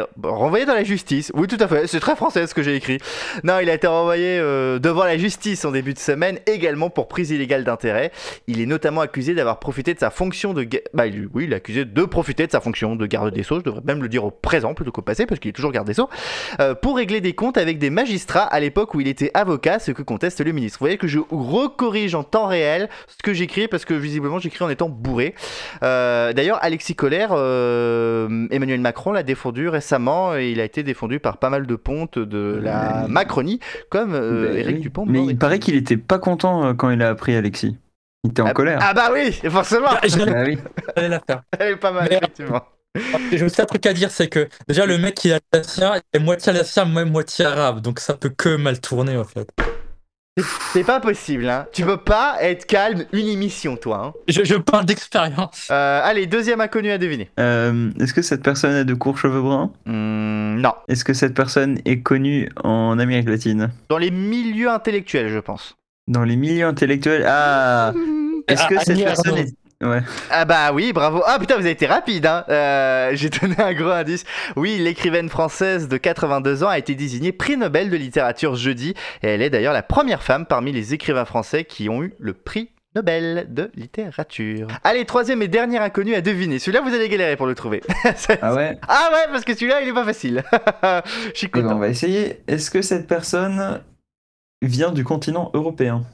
Speaker 1: la justice. Oui, tout à fait, c'est très français ce que j'ai écrit. Non, il a été renvoyé devant la justice en début de semaine, également pour prise illégale d'intérêt. Il est notamment accusé d'avoir profité de sa fonction de... il est accusé de profiter de sa fonction de garde des Sceaux, je devrais même le dire au présent plutôt qu'au passé, parce qu'il est toujours garde des Sceaux, pour régler des comptes avec des magistrats à l'époque où il était avocat, ce que conteste le ministre. Vous voyez que je recorrige en temps réel ce que j'écris, parce que visiblement j'écris en étant bourré. D'ailleurs, Alexis Kohler, Emmanuel Macron l'a défendu récemment, et il a été défendu par pas mal de pontes de la Macronie, comme Éric Dupond-Moretti.
Speaker 2: Mais il paraît qu'il était pas content quand il a appris Alexis. Il était en colère.
Speaker 1: Ah bah oui, forcément.
Speaker 2: Oui.
Speaker 6: J'allais la faire.
Speaker 1: Elle est pas mal, effectivement.
Speaker 6: J'ai aussi un truc à dire, c'est que déjà le mec qui est alsacien est moitié alsacien, même moitié arabe, donc ça peut que mal tourner en fait.
Speaker 1: C'est pas possible, hein. Tu peux pas être calme une émission, toi. Hein.
Speaker 6: Je parle d'expérience.
Speaker 1: Allez, deuxième inconnu à deviner.
Speaker 2: Est-ce que cette personne a de courts cheveux bruns?
Speaker 1: Non.
Speaker 2: Est-ce que cette personne est connue en Amérique latine?
Speaker 1: Dans les milieux intellectuels, je pense.
Speaker 2: Dans les milieux intellectuels? Ah. Est-ce que cette personne est... Ouais.
Speaker 1: Ah bah oui, bravo. Ah putain, vous avez été rapide, hein. J'ai donné un gros indice. Oui, l'écrivaine française de 82 ans a été désignée prix Nobel de littérature jeudi. Et elle est d'ailleurs la première femme parmi les écrivains français qui ont eu le prix Nobel de littérature. Allez, troisième et dernier inconnu à deviner. Celui-là, vous allez galérer pour le trouver.
Speaker 2: Ah ouais?
Speaker 1: Ah ouais, parce que celui-là, il est pas facile. Je suis content.
Speaker 2: On va essayer. Est-ce que cette personne vient du continent européen?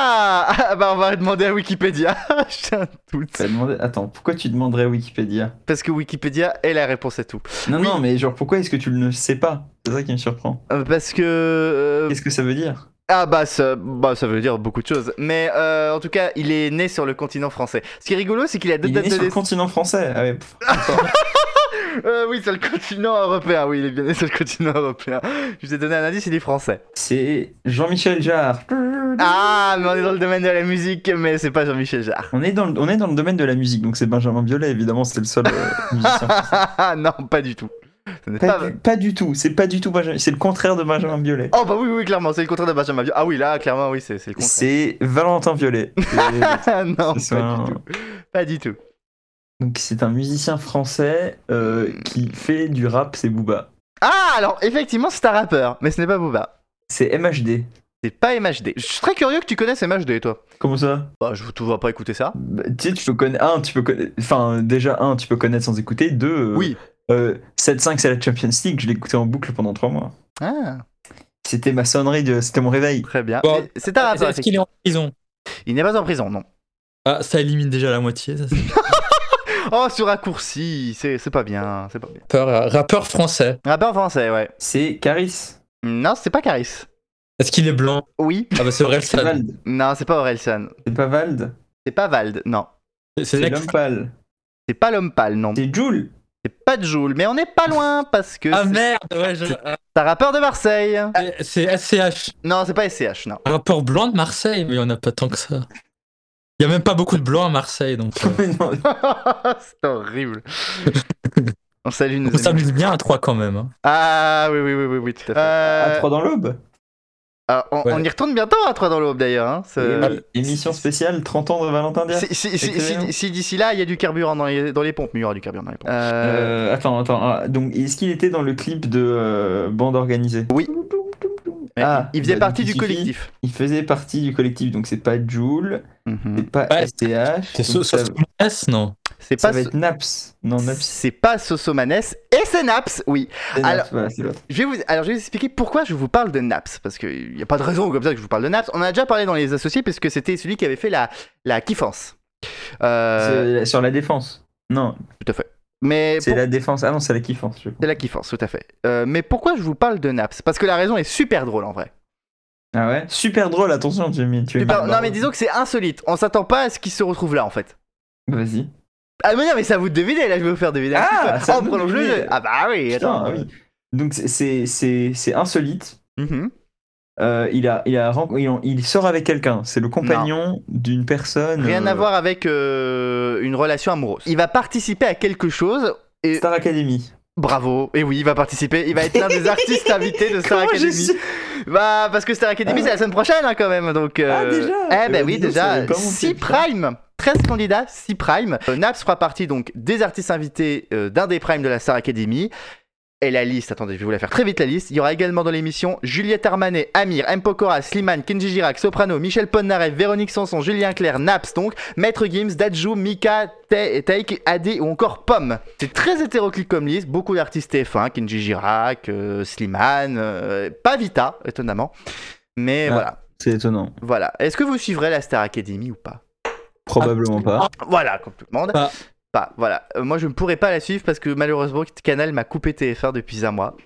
Speaker 1: Bah on va demander à Wikipédia. J'ai un doute.
Speaker 2: Attends, pourquoi tu demanderais à Wikipédia?
Speaker 1: Parce que Wikipédia est la réponse à tout.
Speaker 2: Non,
Speaker 1: Oui.
Speaker 2: non, mais genre pourquoi est-ce que tu ne le sais pas? C'est ça qui me surprend.
Speaker 1: Parce que...
Speaker 2: Qu'est-ce que ça veut dire?
Speaker 1: Ah ça veut dire beaucoup de choses. Mais en tout cas, il est né sur le continent français. Ce qui est rigolo, c'est qu'il a deux
Speaker 2: Il est
Speaker 1: dates
Speaker 2: né
Speaker 1: de
Speaker 2: sur le
Speaker 1: naissance.
Speaker 2: continent français. Ah ouais.
Speaker 1: Oui, sur le continent européen. Oui, il est bien né sur le continent européen. Je vous ai donné un indice, il est français.
Speaker 2: C'est Jean-Michel Jarre.
Speaker 1: Ah, mais on est dans le domaine de la musique, mais c'est pas Jean-Michel Jarre.
Speaker 2: On est dans le domaine de la musique, donc c'est Benjamin Biolay, évidemment, c'est le seul musicien français.
Speaker 1: Non, pas du tout. Ce n'est
Speaker 2: Pas du tout, c'est pas du tout Benjamin, c'est le contraire de Benjamin Biolay.
Speaker 1: Oh bah oui, clairement, c'est le contraire de Benjamin Biolay. Ah oui, là, clairement, oui, c'est le contraire.
Speaker 2: C'est Valentin Biolay.
Speaker 1: Non,
Speaker 2: C'est
Speaker 1: pas du tout. Pas du tout.
Speaker 2: Donc c'est un musicien français qui fait du rap, c'est Booba.
Speaker 1: Ah, alors, effectivement, c'est un rappeur, mais ce n'est pas Booba.
Speaker 2: C'est MHD.
Speaker 1: C'est pas MHD. Je suis très curieux que tu connaisses MHD, toi.
Speaker 2: Comment ça?
Speaker 1: Bah, je ne vois pas écouter ça.
Speaker 2: Bah, tu sais, tu peux connaître... Enfin, déjà, tu peux connaître sans écouter. Deux,
Speaker 1: Oui.
Speaker 2: 7-5, c'est la Champions League, je l'ai écouté en boucle pendant 3 mois.
Speaker 1: Ah,
Speaker 2: C'était ma sonnerie, c'était mon réveil.
Speaker 1: très bien.
Speaker 6: Bon,
Speaker 1: Mais c'est un rappeur.
Speaker 6: Est-ce qu'il est en prison?
Speaker 1: Il n'est pas en prison, non.
Speaker 6: Ah, ça élimine déjà la moitié. Ça, c'est...
Speaker 1: Oh, ce raccourci, c'est pas bien, c'est pas bien.
Speaker 6: Rappeur français.
Speaker 1: Rappeur français, ouais.
Speaker 2: C'est Caris.
Speaker 1: Non, c'est pas Caris.
Speaker 6: Est-ce qu'il est blanc?
Speaker 1: Oui.
Speaker 6: Ah bah c'est vrai,
Speaker 2: C'est Vald.
Speaker 1: Non, c'est pas Orelsan.
Speaker 2: C'est pas Vald.
Speaker 1: C'est pas Vald, non.
Speaker 6: C'est
Speaker 2: C'est l'homme pâle.
Speaker 1: C'est pas l'homme pâle, non.
Speaker 2: C'est Joule.
Speaker 1: C'est pas Joule, mais on n'est pas loin parce que
Speaker 6: Ah
Speaker 1: c'est
Speaker 6: merde, ouais,
Speaker 1: un rappeur de Marseille.
Speaker 6: c'est SCH.
Speaker 1: Non, c'est pas SCH, non.
Speaker 6: Un rappeur blanc de Marseille, mais il y en a pas tant que ça. Il y a même pas beaucoup de blancs à Marseille, donc
Speaker 2: Non,
Speaker 1: C'est horrible. On salue nos
Speaker 6: on
Speaker 1: amis.
Speaker 6: s'amuse bien à 3 quand même. Hein.
Speaker 1: Ah oui, tout à fait.
Speaker 2: à 3 dans l'aube.
Speaker 1: On y retourne bientôt à 3 dans l'aube d'ailleurs. Hein.
Speaker 2: Émission spéciale 30 ans de Valentin Diaz.
Speaker 1: Si d'ici là il y a du carburant dans les pompes, mais il y aura du carburant dans les pompes.
Speaker 2: Attends. Donc, est-ce qu'il était dans le clip de Bande Organisée?
Speaker 1: Oui. Mais il faisait partie du
Speaker 2: donc il suffit-
Speaker 1: collectif.
Speaker 2: Il faisait partie du collectif, donc c'est pas Joule,
Speaker 1: Mhm.
Speaker 2: c'est pas
Speaker 6: Ouais.
Speaker 2: STH.
Speaker 6: C'est
Speaker 2: donc ça,
Speaker 6: S, non?
Speaker 1: C'est
Speaker 2: ça
Speaker 1: pas
Speaker 2: va être Naps. Non, Naps.
Speaker 1: c'est pas Sosomanes et c'est Naps, oui.
Speaker 2: C'est
Speaker 1: Alors-
Speaker 2: Naps, voilà, c'est l'autre.
Speaker 1: Je vais vous expliquer pourquoi je vous parle de Naps, parce qu'il n'y a pas de raison comme ça que je vous parle de Naps. On en a déjà parlé dans les associés, parce que c'était celui qui avait fait la kiffance.
Speaker 2: C'est sur la défense. Non,
Speaker 1: Tout à fait. Mais
Speaker 2: c'est la défense. Ah non, c'est la kiffance, je crois.
Speaker 1: c'est la kiffance, tout à fait. Mais pourquoi je vous parle de Naps? Parce que la raison est super drôle en vrai.
Speaker 2: Ah ouais? Super drôle, attention, tu as mis.
Speaker 1: Non mais disons que c'est insolite. On s'attend pas à ce qu'il se retrouve là en fait.
Speaker 2: Vas-y.
Speaker 1: Ah mais non mais ça vous deviner là, je vais vous faire deviner.
Speaker 2: Ah, ça
Speaker 1: on
Speaker 2: vous
Speaker 1: prolonge le
Speaker 2: deviner.
Speaker 1: jeu. Ah bah oui,
Speaker 2: Putain,
Speaker 1: attends.
Speaker 2: oui. Donc c'est insolite.
Speaker 1: Mhm.
Speaker 2: il sort avec quelqu'un. C'est le compagnon d'une personne.
Speaker 1: Rien à voir avec une relation amoureuse. Il va participer à quelque chose.
Speaker 2: Star Academy.
Speaker 1: Bravo, et oui, il va participer, il va être l'un des artistes invités de Star Academy. Bah, parce que Star Academy c'est la semaine prochaine quand même, donc...
Speaker 2: déjà
Speaker 1: oui, déjà, 6 primes, 13 candidats, 6 primes. Naps fera partie donc des artistes invités d'un des primes de la Star Academy. Et la liste, attendez, je vais vous la faire très vite la liste. Il y aura également dans l'émission Juliette Armanet, Amir, M. Pokora, Slimane, Kenji Girac, Soprano, Michel Polnareff, Véronique Sanson, Julien Clerc, Naps donc, Maître Gims, Dadju, Mika, Take, Adi ou encore Pomme. C'est très hétéroclite comme liste, beaucoup d'artistes TF1, Kenji Girac, Slimane, pas Vita, étonnamment. Mais voilà.
Speaker 2: C'est étonnant.
Speaker 1: Voilà. Est-ce que vous suivrez la Star Academy ou pas ?
Speaker 2: Probablement pas.
Speaker 1: Voilà, comme tout le monde. Voilà. Moi, je ne pourrais pas la suivre parce que malheureusement, Canal m'a coupé TF1 depuis un mois.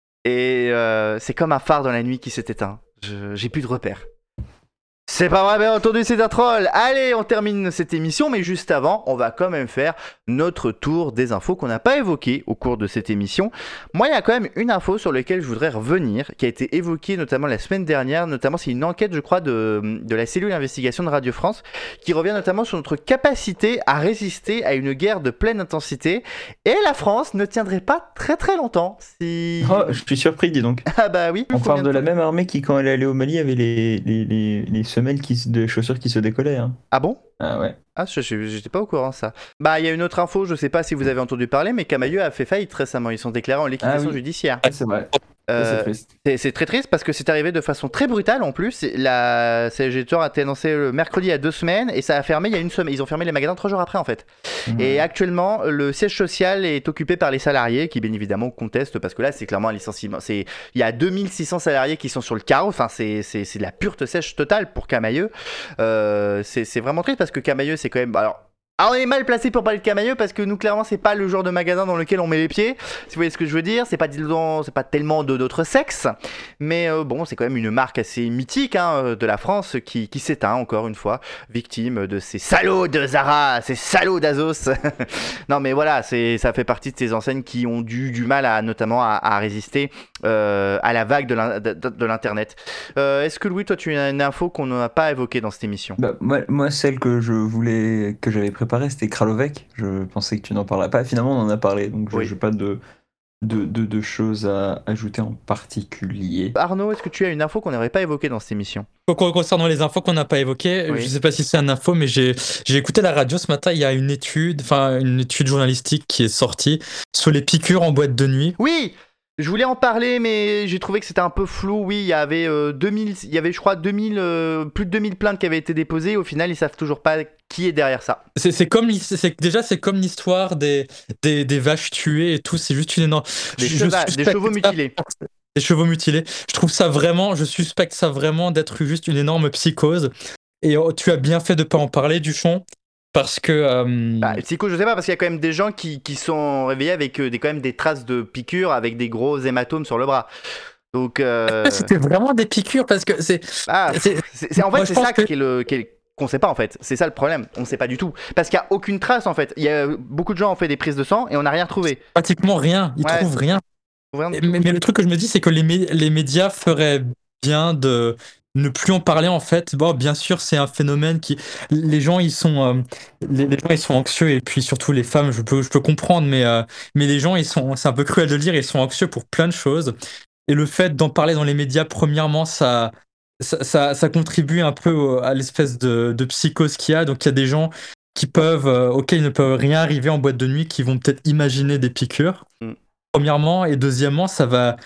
Speaker 1: Et c'est comme un phare dans la nuit qui s'est éteint. J'ai plus de repères. C'est pas vrai, bien entendu, c'est un troll. Allez, on termine cette émission, mais juste avant, on va quand même faire notre tour des infos qu'on n'a pas évoquées au cours de cette émission. Moi, il y a quand même une info sur laquelle je voudrais revenir, qui a été évoquée notamment la semaine dernière. Notamment, c'est une enquête, je crois, de la cellule d'investigation de Radio France, qui revient notamment sur notre capacité à résister à une guerre de pleine intensité. Et la France ne tiendrait pas très très longtemps si...
Speaker 2: Oh, je suis surpris, dis donc.
Speaker 1: Ah bah oui.
Speaker 2: On parle de la même armée qui, quand elle est allée au Mali, avait les semelles de chaussures qui se décollaient. Hein.
Speaker 1: Ah bon ?
Speaker 2: Ah ouais.
Speaker 1: Ah, j'étais pas au courant ça. Bah, il y a une autre info, je sais pas si vous avez entendu parler, mais Camaïeu a fait faillite récemment. Ils sont déclarés en liquidation judiciaire.
Speaker 2: Ah, c'est vrai. C'est triste.
Speaker 1: C'est très triste parce que c'est arrivé de façon très brutale en plus. La CSG Tour a été annoncée le mercredi il y a 2 semaines et ça a fermé il y a 1 semaine. Ils ont fermé les magasins 3 jours après en fait. Et actuellement, le siège social est occupé par les salariés qui bien évidemment contestent parce que là c'est clairement un licenciement. Il y a 2600 salariés qui sont sur le carreau. Enfin, c'est de la pure sèche totale pour Camaïeu. C'est vraiment triste parce que Camaïeu c'est quand même... Alors, on est mal placé pour parler de Camaïeu parce que nous clairement c'est pas le genre de magasin dans lequel on met les pieds, si vous voyez ce que je veux dire. C'est pas tellement de notre sexe, mais bon, c'est quand même une marque assez mythique de la France qui s'éteint encore une fois, victime de ces salauds de Zara, ces salauds d'Azos. Non mais voilà, ça fait partie de ces enseignes qui ont du mal notamment à résister à la vague de l'internet. Est-ce que Louis, toi tu as une info qu'on n'a pas évoquée dans cette émission?
Speaker 2: Moi celle que j'avais préparée, c'était Kralovec. Je pensais que tu n'en parlerais pas. Finalement, on en a parlé, donc je n'ai pas de choses à ajouter en particulier.
Speaker 1: Arnaud, est-ce que tu as une info qu'on n'aurait pas évoquée dans cette émission?
Speaker 6: Concernant les infos qu'on n'a pas évoquées, je ne sais pas si c'est une info, mais j'ai écouté la radio ce matin. Il y a une étude journalistique qui est sortie sur les piqûres en boîte de nuit.
Speaker 1: Oui. Je voulais en parler, mais j'ai trouvé que c'était un peu flou. Oui, il y avait je crois, plus de 2000 plaintes qui avaient été déposées. Au final, ils savent toujours pas qui est derrière ça.
Speaker 6: C'est comme l'histoire des vaches tuées et tout. C'est juste une énorme...
Speaker 1: Des chevaux mutilés.
Speaker 6: Des chevaux mutilés. Je suspecte ça vraiment d'être juste une énorme psychose. Et tu as bien fait de pas en parler, Duchon. Parce que...
Speaker 1: Psycho, je sais pas, parce qu'il y a quand même des gens qui sont réveillés avec quand même des traces de piqûres, avec des gros hématomes sur le bras. Donc...
Speaker 6: C'était vraiment des piqûres, parce que c'est...
Speaker 1: En fait, c'est ça qu'on sait pas, en fait. C'est ça le problème. On sait pas du tout. Parce qu'il y a aucune trace, en fait. Il y a beaucoup de gens ont fait des prises de sang et on n'a rien trouvé.
Speaker 6: Pratiquement rien. Ils trouvent rien. Mais le truc que je me dis, c'est que les médias feraient bien de... ne plus en parler en fait. Bon, bien sûr, c'est un phénomène qui... Les gens, ils sont anxieux, et puis surtout les femmes, je peux comprendre, mais les gens, c'est un peu cruel de le dire, ils sont anxieux pour plein de choses. Et le fait d'en parler dans les médias, premièrement, ça contribue un peu à l'espèce de psychose qu'il y a. Donc il y a des gens auxquels il ne peut rien arriver en boîte de nuit, qui vont peut-être imaginer des piqûres. Premièrement, et deuxièmement, ça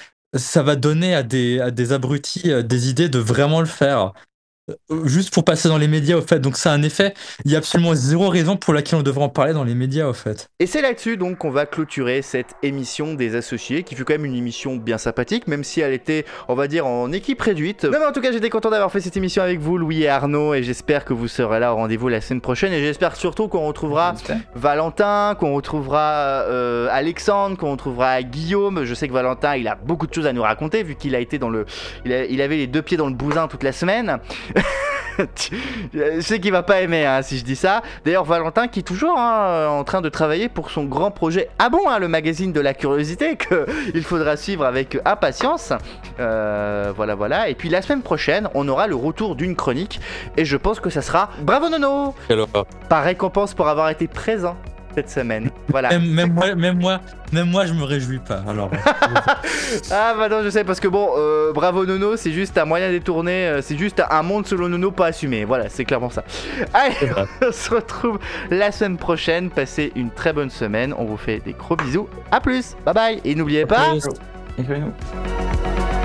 Speaker 6: va donner à des abrutis des idées de vraiment le faire. Juste pour passer dans les médias, au fait. Donc ça a un effet. Il y a absolument zéro raison pour laquelle on devrait en parler dans les médias, au fait.
Speaker 1: Et c'est là-dessus donc qu'on va clôturer cette émission des associés, qui fut quand même une émission bien sympathique, même si elle était, on va dire, en équipe réduite. Mais en tout cas, j'étais content d'avoir fait cette émission avec vous, Louis et Arnaud, et j'espère que vous serez là au rendez-vous la semaine prochaine. Et j'espère surtout qu'on retrouvera Valentin, qu'on retrouvera Alexandre, qu'on retrouvera Guillaume. Je sais que Valentin, il a beaucoup de choses à nous raconter, vu qu'il a été il avait les 2 pieds dans le bousin toute la semaine. Je sais qu'il va pas aimer si je dis ça. D'ailleurs, Valentin qui est toujours en train de travailler pour son grand projet Ah bon, le magazine de la curiosité qu'il faudra suivre avec impatience. Voilà. Et puis la semaine prochaine, on aura le retour d'une chronique et je pense que ça sera Bravo Nono par récompense pour avoir été présent cette semaine. Voilà.
Speaker 6: Même moi, je me réjouis pas. Alors.
Speaker 1: Ah bah non, je sais parce que bon, Bravo Nono, c'est juste un moyen détourné, c'est juste un monde selon Nono pas assumé. Voilà, c'est clairement ça. Allez, on se retrouve la semaine prochaine. Passez une très bonne semaine. On vous fait des gros bisous. À plus. Bye bye. Et n'oubliez pas.
Speaker 2: Écrivez-nous.